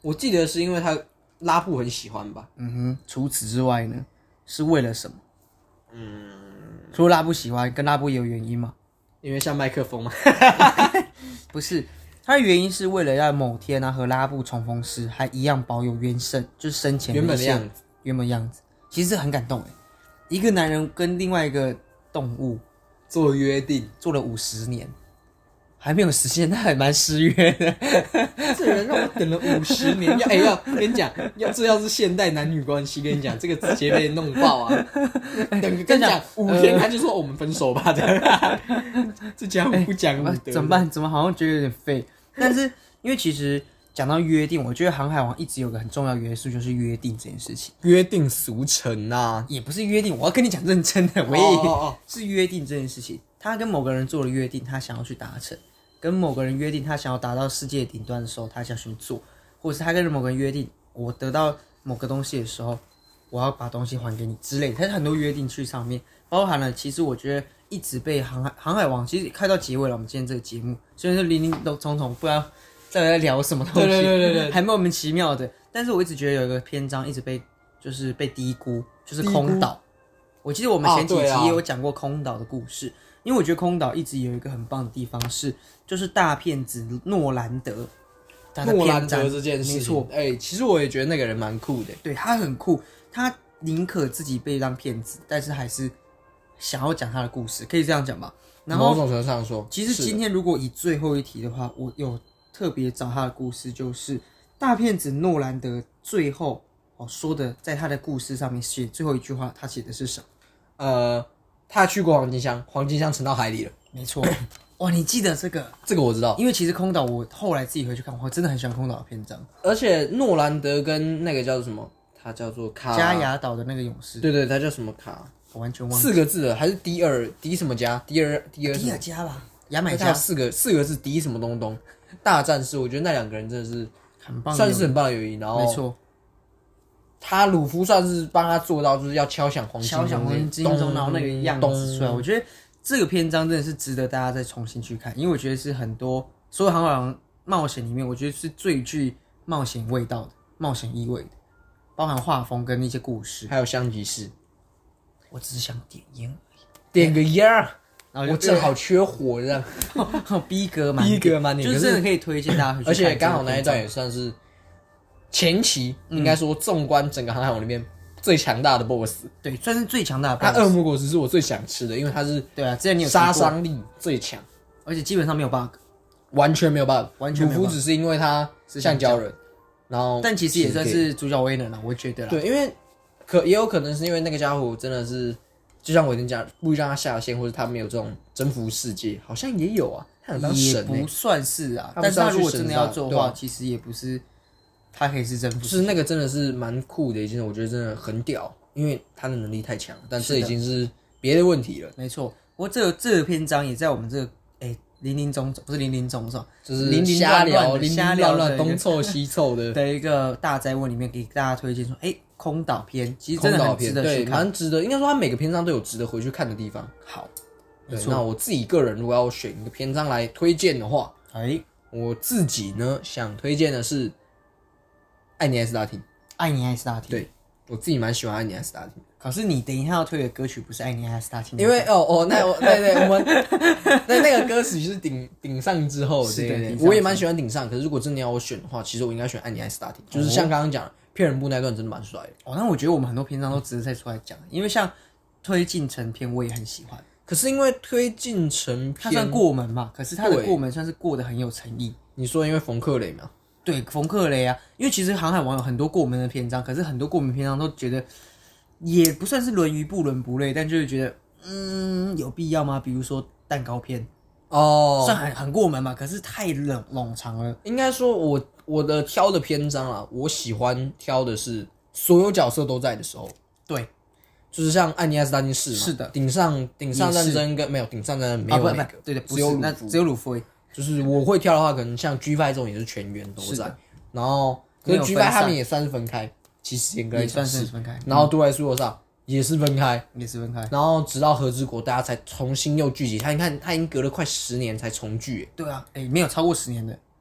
我记得是因为他拉布很喜欢吧。 除此之外呢，是为了什么？除了拉布喜欢，跟拉布也有原因吗？ 因为像麦克风嘛。 不是，他的原因是为了要某天啊和拉布重逢时还一样保有原生，就是生前原本的样子。 原本样子，其实很感动哎。一个男人跟另外一个动物做约定， 做了50年。还没有实现，那还蛮失约的。 这人让我等了50年，要跟你讲，这要是现代男女关系，跟你讲，这个直接被弄爆啊！跟你讲5天，他就说我们分手吧，这样。这家伙不讲武德， 怎么办？怎么好像觉得有点废？但是因为其实讲到约定，我觉得航海王一直有个很重要元素，就是约定这件事情。 约定俗成啊， 也不是约定，我要跟你讲认真的，是约定这件事情。他跟某个人做了约定，他想要去达成。跟某个人约定，他想要达到世界顶端的时候，他想去做；或者是他跟某个人约定，我得到某个东西的时候，我要把东西还给你之类的。他很多约定去上面，包含了其实我觉得一直被航海王，其实看到结尾了。我们今天这个节目虽然说林林总总，不知道在聊什么东西， 对， 还莫名其妙的。但是我一直觉得有一个篇章一直被低估，就是空岛。我记得我们前几集也有讲过空岛的故事。因为我觉得空岛一直有一个很棒的地方就是大骗子诺兰德这件事情， 没错， 其实我也觉得那个人蛮酷的， 对，他很酷，他宁可自己被当骗子，但是还是想要讲他的故事，可以这样讲吧。然后某种程度上说， 其实今天如果以最后一题的话，我有特别找他的故事，就是大骗子诺兰德最后说的，在他的故事上面写最后一句话，他写的是什么？ 他去过黄金乡，黄金乡沉到海里了。 没错，哇，你记得这个？ 这个我知道， 因为其实空岛我后来自己回去看，我真的很喜欢空岛的篇章。 而且诺兰德跟那个叫做什么，他叫做卡加雅岛的那个勇士， 对，他叫什么卡？ 我完全忘记 4个字的，还是迪什么加？迪尔加吧，牙买加 4个字，迪什么东东？大战士，我觉得那2个人真的是很棒， 算是很棒的友谊。然后没错。 他鲁夫算是帮他做到，就是要敲响黄金钟， 然后那个样子出来。我觉得这个篇章真的是值得大家再重新去看，因为我觉得是很多所有航海王冒险里面，我觉得是最具冒险味道的、冒险意味的，包含画风跟一些故事， 还有香吉士。 我只是想点烟而已， 点个烟儿。 然后我正好缺火这样， 逼格满点，就是真的可以推荐大家去看。 而且刚好那一段也算是前期，应该说纵观整个航海王里面最强大的 BOSS， 对，算是最强大的 BOSS。 他恶魔果实是我最想吃的，因为它是对啊，之前你有杀伤力最强， 而且基本上没有 bug， 完全没有 bug， 完全没有 bug。 鲁夫只是因为他是橡胶人，然后但其实也算是主角威能了，我觉得啦。 对，因为也有可能是因为那个家伙真的是，就像我已经讲，故意让他下线，或者他没有这种征服世界，好像也有啊，他想当神也不算是啊，但是他如果真的要做的话，其实也不是。他可以是征服， 就是那个真的是蛮酷的一件事，我觉得真的很屌，因为他的能力太强了，但这已经是别的问题了。 没错，不过这个篇章也在我们这个林林总总，不是林林总总， 就是零零瞎聊乱乱东凑西凑的的一个大灾问里面，给大家推荐说，空岛篇其实真的很值得去看， 蛮值得。应该说他每个篇章都有值得回去看的地方。 好， 对，那我自己个人如果要选一个篇章来推荐的话，我自己呢想推荐的是。艾尼埃斯大厅，对，我自己蛮喜欢艾尼埃斯大厅。 可是你等一下要推的歌曲不是艾尼埃斯大厅， 因为对，我们那个歌曲是顶上之后，对，我也蛮喜欢顶上。可是如果真的要我选的话，其实我应该选艾尼埃斯大厅，就是像刚刚讲骗人部那段真的蛮帅的。 那我觉得我们很多篇章都值得再出来讲，因为像推进城篇我也很喜欢。 可是因为推进城篇， 它算过门嘛，可是它的过门算是过得很有诚意。 你说因为冯克雷嘛？ 对，冯克雷啊，因为其实航海王有很多过门的篇章，可是很多过门篇章都觉得也不算是沦于不伦不类，但就是觉得有必要吗？比如说蛋糕篇算很过门嘛，可是太冗长了。 应该说我的挑的篇章啊，我喜欢挑的是所有角色都在的时候。 对， 就是像艾尼埃斯大厅是的， 顶上战争跟没有顶上战争没有那个， 对，不是，那只有鲁夫。 就是我会挑的话，可能像 G5 这种也是全员都在，然后可是 G5 他们也算是分开，其实严格来讲是分开。 然后杜莱苏罗萨也是分开， 然后直到和之国大家才重新又聚集。你看他已经隔了快10年才重聚。 对啊，没有超过10年的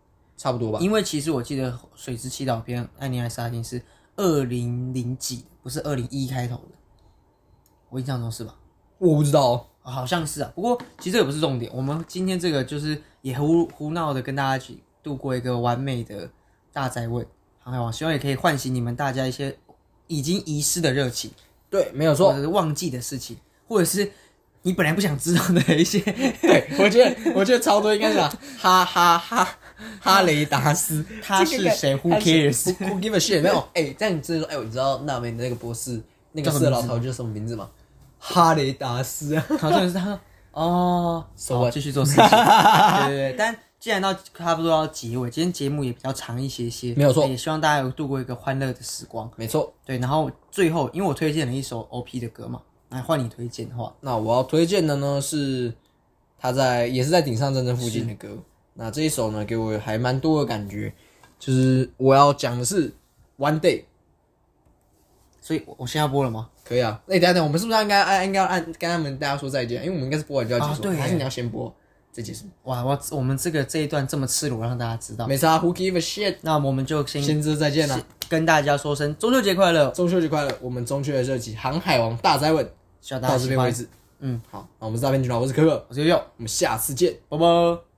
差不多吧。 因为其实我记得《水之祈祷篇》艾尼埃沙丁是2000几，不是2001开头的，我印象中是吧？ 我不知道哦， 好像是啊。不过其实这个不是重点，我们今天这个就是也胡闹的跟大家一起度过一个完美的大灾问航海王，希望也可以唤醒你们大家一些已经遗失的热情， 对，没有错， 或者是忘记的事情，或者是你本来不想知道的一些。 对，我觉得超多应该是哈雷达斯， 他是谁 ？Who cares？Who give a shit？ 没有，这样你真的说，你知道纳美的那个博士，那个色老头叫什么名字吗？哈雷达斯啊， 好像是他哦，继续做事情。对，但既然到差不多要结尾，今天节目也比较长一些， 没有错， 也希望大家有度过一个欢乐的时光。 没错， 对，然后最后，因为我推荐了一首 OP 的歌嘛，来换你推荐的话， 那我要推荐的呢是他也是在顶上战争附近的歌。那这一首呢，给我还蛮多的感觉，就是我要讲的是 One Day。 所以我现在要播了吗？ 可以啊。等一下，我们是不是应该按跟他们大家说再见？因为我们应该是播完就要结束，对，还是你要先播再结束？ 哇，我们这一段这么赤裸，让大家知道。 没差 ，Who give a shit？ 那我们就先说再见了， 跟大家说声中秋节快乐！ 中秋节快乐！我们中秋的这集《航海王大灾问》 希望大家到这边为止。 嗯， 好，那我们是大片军团，我是可可， 我是悠悠， 我们下次见， 拜拜。